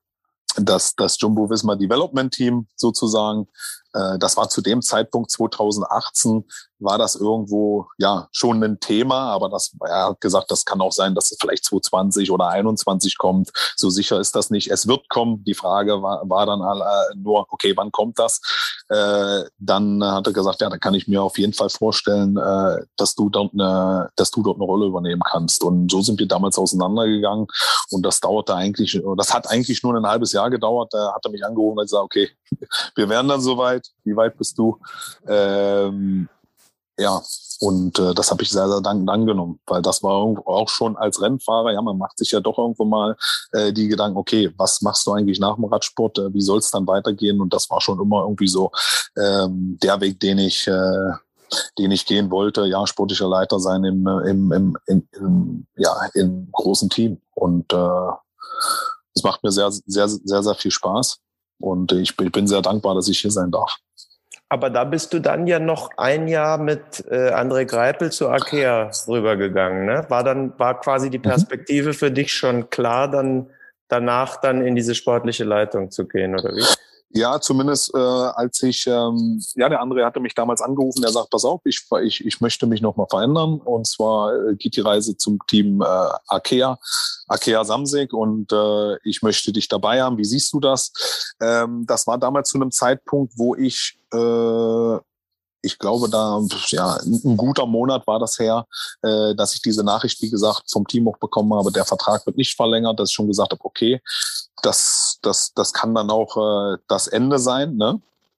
das, das Jumbo-Visma Development Team sozusagen, äh, das war zu dem Zeitpunkt zweitausendachtzehn, war das irgendwo ja schon ein Thema, aber das, er hat gesagt, das kann auch sein, dass es vielleicht zweitausendzwanzig oder einundzwanzig kommt. So sicher ist das nicht. Es wird kommen. Die Frage war, war dann äh, nur, okay, wann kommt das? Äh, dann hat er gesagt, ja, da kann ich mir auf jeden Fall vorstellen, äh, dass du dort eine, dass du dort eine Rolle übernehmen kannst. Und so sind wir damals auseinandergegangen. Und das dauerte eigentlich, das hat eigentlich nur ein halbes Jahr gedauert. Da hat er mich angerufen und gesagt, okay, wir wären dann soweit. Wie weit bist du? Ähm, Ja, und äh, das habe ich sehr, sehr dankend angenommen, weil das war auch schon als Rennfahrer, ja, man macht sich ja doch irgendwo mal äh, die Gedanken, okay, was machst du eigentlich nach dem Radsport, äh, wie soll es dann weitergehen? Und das war schon immer irgendwie so ähm, der Weg, den ich äh, den ich gehen wollte, ja, sportlicher Leiter sein im, im, im, im, im, ja, im großen Team. Und äh, es macht mir sehr, sehr, sehr, sehr viel Spaß. Und ich bin, ich bin sehr dankbar, dass ich hier sein darf. Aber da bist du dann ja noch ein Jahr mit äh, André Greipel zu Arkea rübergegangen, ne? War dann, war quasi die Perspektive mhm. für dich schon klar, dann danach dann in diese sportliche Leitung zu gehen, oder wie? Ja, zumindest äh, als ich, ähm, ja, der André hatte mich damals angerufen, der sagt, pass auf, ich, ich, ich möchte mich nochmal verändern. Und zwar äh, geht die Reise zum Team äh, Arkea, Arkea Samsic, und äh, ich möchte dich dabei haben. Wie siehst du das? Ähm, das war damals zu einem Zeitpunkt, wo ich, äh, ich glaube, da ja ein guter Monat war das her, äh, dass ich diese Nachricht, wie gesagt, vom Team auch bekommen habe, der Vertrag wird nicht verlängert, dass ich schon gesagt habe, okay, das, das, das kann dann auch äh, das Ende sein, ne?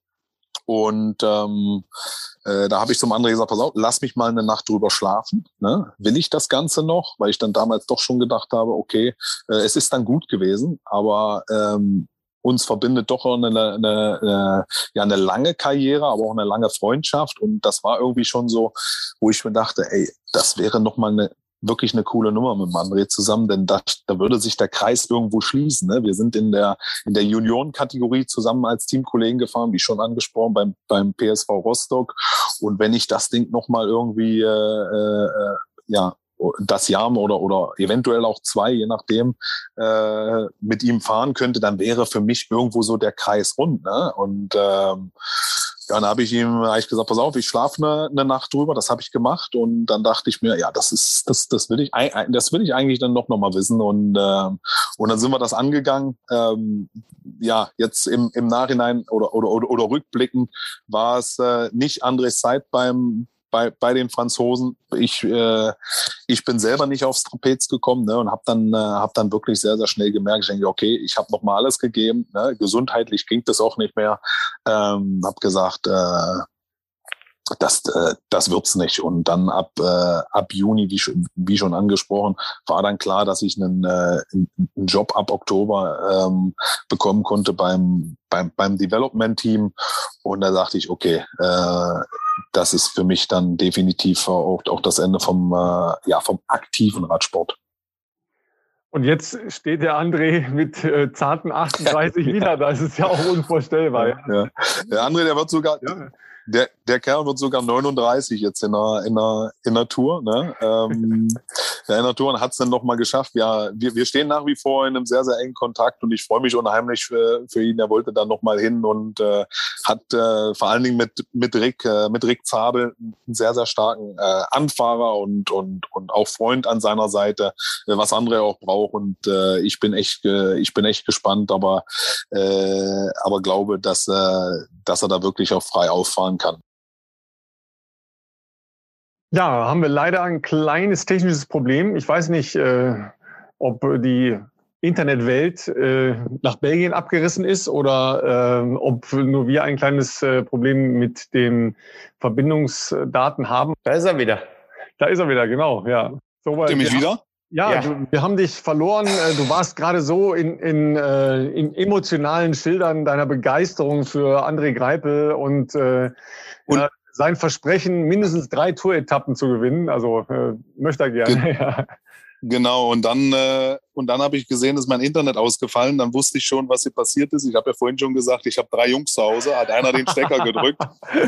Und ähm, äh, da habe ich zum anderen gesagt, pass auf, lass mich mal eine Nacht drüber schlafen. Ne? Will ich das Ganze noch? Weil ich dann damals doch schon gedacht habe, okay, äh, es ist dann gut gewesen, aber ähm, uns verbindet doch eine, eine, eine, ja, eine lange Karriere, aber auch eine lange Freundschaft. Und das war irgendwie schon so, wo ich mir dachte, ey, das wäre nochmal eine wirklich eine coole Nummer mit dem André zusammen, denn da, da würde sich der Kreis irgendwo schließen. Ne? Wir sind in der in der Juniorenkategorie zusammen als Teamkollegen gefahren, wie schon angesprochen, beim beim P S V Rostock. Und wenn ich das Ding nochmal irgendwie äh, äh, ja das Jahr oder oder eventuell auch zwei, je nachdem, äh, mit ihm fahren könnte, dann wäre für mich irgendwo so der Kreis rund. Ne? Und ähm, ja, dann habe ich ihm hab ich gesagt, pass auf, ich schlafe eine, eine Nacht drüber. Das habe ich gemacht, und dann dachte ich mir, ja, das ist, das, das will ich, das will ich eigentlich dann noch noch mal wissen, und ähm, und dann sind wir das angegangen. Ähm, ja, jetzt im im Nachhinein oder oder oder, oder rückblickend war es äh, nicht Andrés Zeit beim bei bei den Franzosen. Ich äh, ich bin selber nicht aufs Trapez gekommen, ne, und habe dann äh, habe dann wirklich sehr sehr schnell gemerkt, ich denke, okay, ich habe noch mal alles gegeben, ne, gesundheitlich ging das auch nicht mehr. Ähm, habe gesagt, äh, das äh, das wird's nicht, und dann ab äh, ab Juni, wie schon wie schon angesprochen, war dann klar, dass ich einen, äh, einen Job ab Oktober ähm, bekommen konnte beim beim beim Development Team, und da dachte ich, okay, äh, das ist für mich dann definitiv auch, auch das Ende vom äh, ja vom aktiven Radsport. Und jetzt steht der André mit äh, zarten achtunddreißig wieder. Das ist ja auch unvorstellbar. Ja, ja. Der André, der wird sogar, ja. der, der Kerl wird sogar neununddreißig jetzt in der, in der, in der Tour. Ne? Ähm, ja, in der Tour hat es dann noch mal geschafft. Ja, wir, wir stehen nach wie vor in einem sehr, sehr engen Kontakt, und ich freue mich unheimlich für, für ihn. Er wollte dann noch mal hin und äh, hat äh, vor allen Dingen mit, mit Rick, äh, mit Rick Zabel einen sehr, sehr starken äh, Anfahrer und, und, und auch Freund an seiner Seite, äh, was André auch braucht. Und äh, ich bin echt, äh, ich bin echt gespannt, aber, äh, aber glaube, dass, äh, dass er da wirklich auch frei auffahren kann. Ja, haben wir leider ein kleines technisches Problem. Ich weiß nicht, äh, ob die Internetwelt äh, nach Belgien abgerissen ist oder äh, ob nur wir ein kleines äh, Problem mit den Verbindungsdaten haben. Da ist er wieder. Da ist er wieder, genau. Ja. Hört ihr mich wieder? Ja, Ja. Du, wir haben dich verloren. Du warst gerade so in, in, äh, in emotionalen Schildern deiner Begeisterung für André Greipel und, äh, Und ja, sein Versprechen, mindestens drei Tour-Etappen zu gewinnen. Also äh, möchte er gerne. Ge- Ja. Genau, und dann, äh, und dann habe ich gesehen, dass mein Internet ausgefallen. Dann wusste ich schon, was hier passiert ist. Ich habe ja vorhin schon gesagt, ich habe drei Jungs zu Hause, hat einer den Stecker gedrückt.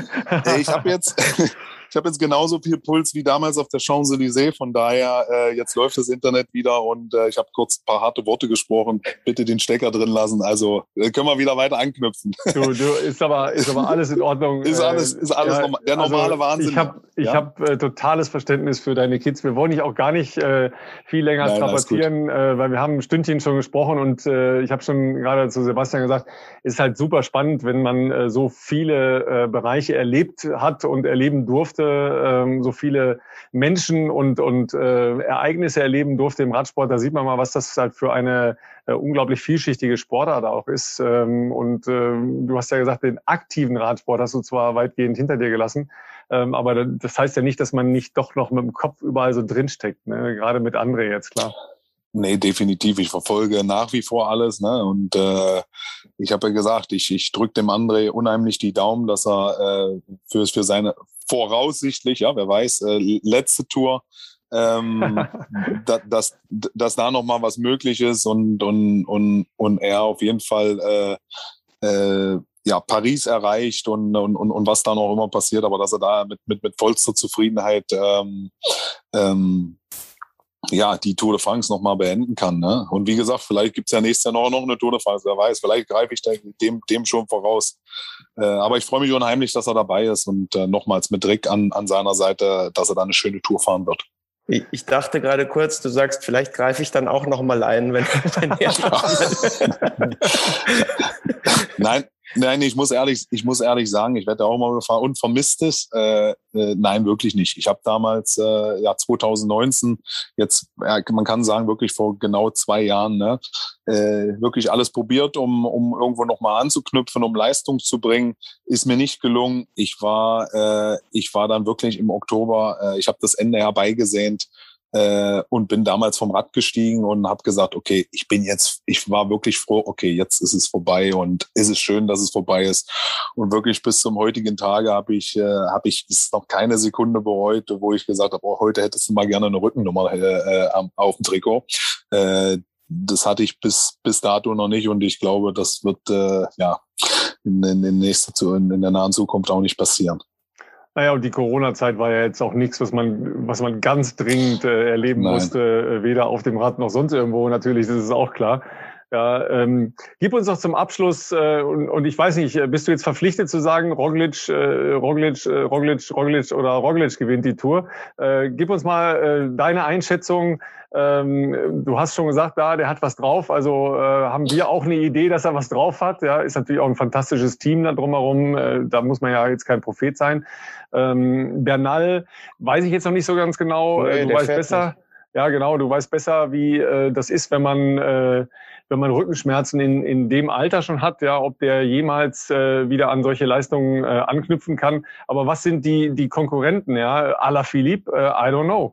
Äh, Ich habe jetzt, ich habe jetzt genauso viel Puls wie damals auf der Champs-Élysées. Von daher, äh, jetzt läuft das Internet wieder und äh, ich habe kurz ein paar harte Worte gesprochen. Bitte den Stecker drin lassen. Also äh, können wir wieder weiter anknüpfen. Du, du ist aber ist aber alles in Ordnung. Ist alles, ist alles ja, normal, der normale also Wahnsinn. Ich habe ich Ja? hab, äh, totales Verständnis für deine Kids. Wir wollen dich auch gar nicht äh, viel länger Nein, alles strapazieren, äh, weil wir haben ein Stündchen schon gesprochen und äh, ich habe schon gerade zu Sebastian gesagt, ist halt super spannend, wenn man äh, so viele äh, Bereiche erlebt hat und erleben durfte, ähm, so viele Menschen und und äh, Ereignisse erleben durfte im Radsport. Da sieht man mal, was das halt für eine äh, unglaublich vielschichtige Sportart auch ist. Ähm, und ähm, du hast ja gesagt, den aktiven Radsport hast du zwar weitgehend hinter dir gelassen, ähm, aber das heißt ja nicht, dass man nicht doch noch mit dem Kopf überall so drinsteckt, ne? Gerade mit André jetzt, klar. Nee, definitiv. Ich verfolge nach wie vor alles. Ne? Und äh, ich habe ja gesagt, ich, ich drücke dem André unheimlich die Daumen, dass er äh, für, für seine voraussichtlich, ja, wer weiß, äh, letzte Tour, ähm, da, dass, dass da nochmal was möglich ist und, und, und, und er auf jeden Fall äh, äh, ja, Paris erreicht und, und, und, und was da noch immer passiert, aber dass er da mit, mit, mit vollster Zufriedenheit ähm, ähm, ja, die Tour de France nochmal beenden kann. Ne? Und wie gesagt, vielleicht gibt's ja nächstes Jahr noch, noch eine Tour de France, wer weiß, vielleicht greife ich dem, dem schon voraus. Äh, aber ich freue mich unheimlich, dass er dabei ist und äh, nochmals mit Rick an, an seiner Seite, dass er da eine schöne Tour fahren wird. Ich, ich dachte gerade kurz, du sagst, vielleicht greife ich dann auch nochmal ein, wenn, wenn er Nein, nein, ich muss ehrlich, ich muss ehrlich sagen, ich werde auch mal gefahren und vermisst es. Äh, äh, nein, wirklich nicht. Ich habe damals, äh, ja, zwanzig neunzehn, jetzt, ja, man kann sagen, wirklich vor genau zwei Jahren, ne, äh, wirklich alles probiert, um, um irgendwo nochmal anzuknüpfen, um Leistung zu bringen. Ist mir nicht gelungen. Ich war, äh, ich war dann wirklich im Oktober, äh, ich habe das Ende herbeigesehnt. Äh, und bin damals vom Rad gestiegen und habe gesagt, okay, ich bin jetzt, ich war wirklich froh, okay, jetzt ist es vorbei und ist es schön, dass es vorbei ist. Und wirklich bis zum heutigen Tage habe ich, äh, habe ich es noch keine Sekunde bereut, wo ich gesagt habe, oh, heute hättest du mal gerne eine Rückennummer äh, auf dem Trikot. Äh, das hatte ich bis bis dato noch nicht und ich glaube, das wird äh, ja in, in, in, nächster, in, in der nahen Zukunft auch nicht passieren. Naja, und die Corona-Zeit war ja jetzt auch nichts, was man, was man ganz dringend äh, erleben Nein. musste, äh, weder auf dem Rad noch sonst irgendwo. Natürlich, das ist auch klar. Ja, ähm, gib uns noch zum Abschluss, äh, und, und ich weiß nicht, bist du jetzt verpflichtet zu sagen, Roglic, äh, Roglic, äh, Roglic, Roglic oder Roglic gewinnt die Tour? Äh, gib uns mal äh, deine Einschätzung. Ähm, du hast schon gesagt, da, der hat was drauf. Also äh, haben wir auch eine Idee, dass er was drauf hat. Ja, ist natürlich auch ein fantastisches Team da drumherum. Äh, da muss man ja jetzt kein Prophet sein. Ähm, Bernal weiß ich jetzt noch nicht so ganz genau. Nee, du der weißt fährt besser. nicht. Ja, genau. Du weißt besser, wie äh, das ist, wenn man äh, wenn man Rückenschmerzen in, in dem Alter schon hat, ja, ob der jemals äh, wieder an solche Leistungen äh, anknüpfen kann. Aber was sind die, die Konkurrenten, ja? Alaphilippe, äh, I don't know.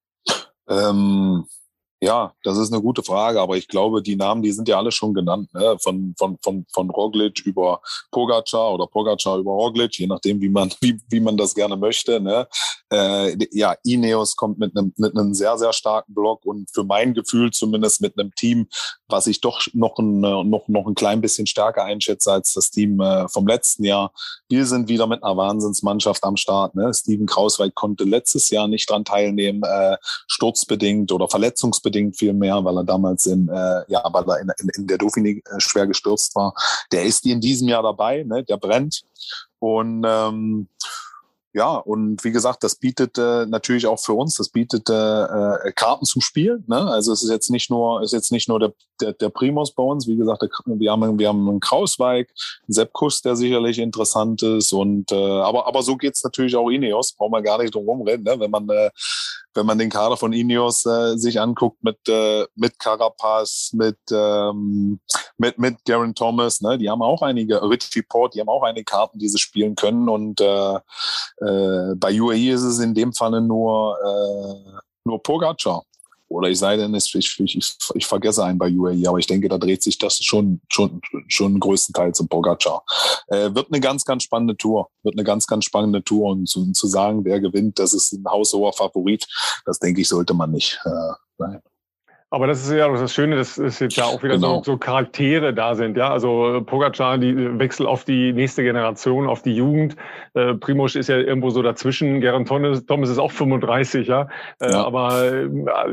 Ähm, ja, das ist eine gute Frage, aber ich glaube, die Namen, die sind ja alle schon genannt, ne? Von, von, von, von Roglic über Pogacar oder Pogacar über Roglic, je nachdem, wie man, wie, wie man das gerne möchte, ne? Äh, ja, Ineos kommt mit einem, mit einem sehr, sehr starken Block und für mein Gefühl zumindest mit einem Team, was ich doch noch ein, noch, noch ein klein bisschen stärker einschätze als das Team äh, vom letzten Jahr. Wir sind wieder mit einer Wahnsinnsmannschaft am Start, ne? Steven Krauswijk konnte letztes Jahr nicht dran teilnehmen, äh, sturzbedingt oder verletzungsbedingt viel mehr, weil er damals in, äh, ja, weil er in, in, in der Dauphiné äh, schwer gestürzt war. Der ist in diesem Jahr dabei, ne? Der brennt. Und ähm, ja, und wie gesagt, das bietet äh, natürlich auch für uns, das bietet äh, äh, Karten zum Spiel. Ne? Also es ist jetzt nicht nur, ist jetzt nicht nur der, der, der Primus bei uns. Wie gesagt, der, wir haben, wir haben einen Krauswijk, einen Sepp Kuss, der sicherlich interessant ist. Und äh, aber, aber so geht's natürlich auch Ineos. Brauchen wir gar nicht drum rumreden, ne? Wenn man äh, wenn man den Kader von Ineos äh, sich anguckt mit äh, mit Carapaz, mit ähm, mit mit Geraint Thomas, ne, die haben auch einige, Richie Porte, die haben auch einige Karten, die sie spielen können und äh, äh, bei U A E ist es in dem Falle nur äh, nur Pogacar. oder ich sei denn, ich, ich, ich, ich vergesse einen bei U A E, aber ich denke, da dreht sich das schon, schon, schon größtenteils um Pogacar. Äh, wird eine ganz, ganz spannende Tour. Wird eine ganz, ganz spannende Tour. Und zu, zu sagen, wer gewinnt, das ist ein haushoher Favorit, das denke ich, sollte man nicht äh, sein. Aber das ist ja das Schöne, dass es jetzt ja auch wieder Genau. so, so Charaktere da sind. Ja, also Pogacar, die Wechsel auf die nächste Generation, auf die Jugend. Äh, Primož ist ja irgendwo so dazwischen. Geraint Thomas, Thomas ist auch fünfunddreißig, ja. Äh, Ja. Aber äh,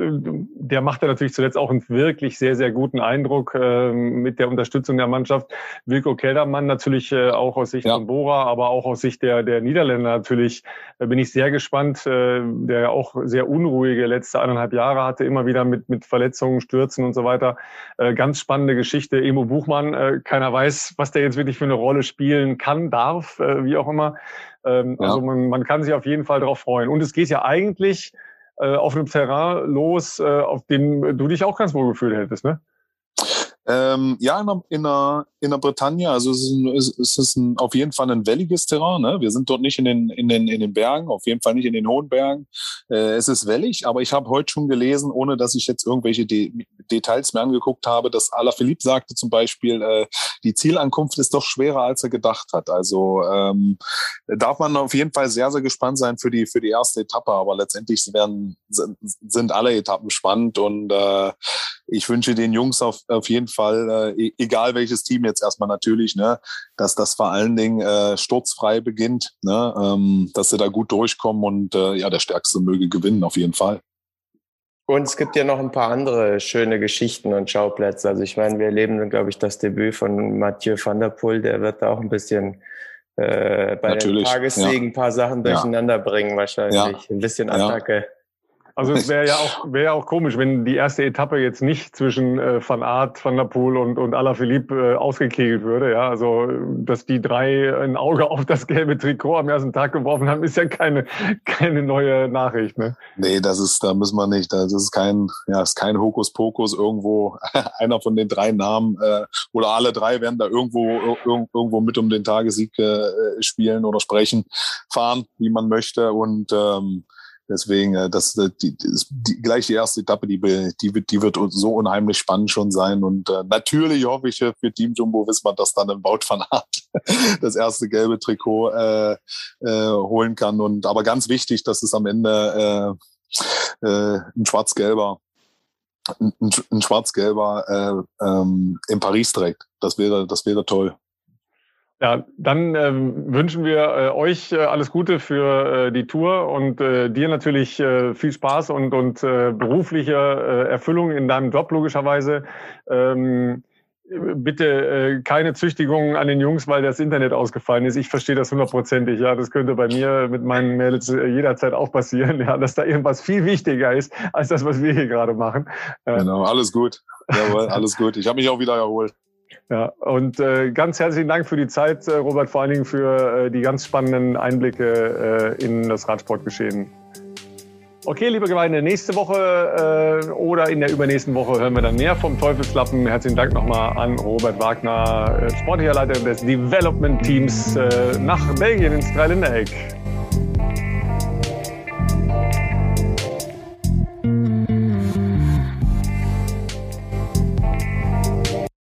der macht ja natürlich zuletzt auch einen wirklich sehr, sehr guten Eindruck äh, mit der Unterstützung der Mannschaft. Wilco Kelderman natürlich äh, auch aus Sicht Ja. von Bora, aber auch aus Sicht der, der Niederländer natürlich. Da bin ich sehr gespannt, äh, der ja auch sehr unruhige letzte eineinhalb Jahre hatte, immer wieder mit, mit Verletzungen. Stürzen und so weiter. Äh, ganz spannende Geschichte. Emo Buchmann, äh, keiner weiß, was der jetzt wirklich für eine Rolle spielen kann, darf, äh, wie auch immer. Ähm, Ja. Also man, man kann sich auf jeden Fall darauf freuen. Und es geht ja eigentlich äh, auf einem Terrain los, äh, auf dem du dich auch ganz wohl gefühlt hättest, ne? Ähm, ja, in der, in, der, in der Bretagne, also es ist, ein, es ist ein, auf jeden Fall ein welliges Terrain. Ne? Wir sind dort nicht in den, in, den, in den Bergen, auf jeden Fall nicht in den hohen Bergen. Äh, es ist wellig, aber ich habe heute schon gelesen, ohne dass ich jetzt irgendwelche De- Details mir angeguckt habe, dass Alaphilippe sagte zum Beispiel, äh, die Zielankunft ist doch schwerer, als er gedacht hat. Also ähm, darf man auf jeden Fall sehr, sehr gespannt sein für die, für die erste Etappe, aber letztendlich werden, sind alle Etappen spannend und äh, ich wünsche den Jungs auf, auf jeden Fall, äh, egal welches Team jetzt erstmal natürlich, ne, dass das vor allen Dingen äh, sturzfrei beginnt, ne, ähm, dass sie da gut durchkommen und äh, ja, der Stärkste möge gewinnen, auf jeden Fall. Und es gibt ja noch ein paar andere schöne Geschichten und Schauplätze. Also ich meine, wir erleben, glaube ich, das Debüt von Mathieu van der Poel, der wird da auch ein bisschen äh, bei Natürlich, den Tagessiegen ja. ein paar Sachen durcheinander bringen wahrscheinlich. Ja. Ein bisschen Ja. Attacke. Also es wäre ja auch wäre ja auch komisch, wenn die erste Etappe jetzt nicht zwischen äh, Van Aert, Van der Poel und und Alaphilippe äh, ausgekegelt würde. Ja, also dass die drei ein Auge auf das gelbe Trikot am ersten Tag geworfen haben, ist ja keine keine neue Nachricht. Ne? Nee, das ist, da müssen wir nicht, das ist kein, ja, ist kein Hokuspokus irgendwo. Einer von den drei Namen äh, oder alle drei werden da irgendwo ir- irgendwo mit um den Tagessieg äh, spielen oder sprechen, fahren, wie man möchte und ähm, deswegen, äh, das, die, die, die, gleich die erste Etappe, die, die, wird, die wird so unheimlich spannend schon sein. Und äh, natürlich hoffe ich für Team Jumbo Visma, dass dann ein Wout van Aert das erste gelbe Trikot äh, äh, holen kann. Und aber ganz wichtig, dass es am Ende äh, äh, ein schwarz-gelber ein, ein schwarz-gelber äh, ähm, in Paris trägt. Das wäre, das wäre toll. Ja, dann ähm, wünschen wir äh, euch äh, alles Gute für äh, die Tour und äh, dir natürlich äh, viel Spaß und, und äh, berufliche äh, Erfüllung in deinem Job logischerweise. Ähm, bitte äh, keine Züchtigungen an den Jungs, weil das Internet ausgefallen ist. Ich verstehe das hundertprozentig. Ja, das könnte bei mir mit meinen Mädels äh, jederzeit auch passieren, ja, dass da irgendwas viel wichtiger ist als das, was wir hier gerade machen. Äh, Genau, alles gut. Jawohl, alles gut. Ich habe mich auch wieder erholt. Ja, und äh, ganz herzlichen Dank für die Zeit, äh, Robert, vor allen Dingen für äh, die ganz spannenden Einblicke äh, in das Radsportgeschehen. Okay, liebe Gemeinde, nächste Woche äh, oder in der übernächsten Woche hören wir dann mehr vom Teufelslappen. Herzlichen Dank nochmal an Robert Wagner, äh, sportlicher Leiter des Development Teams äh, nach Belgien ins Dreiländereck.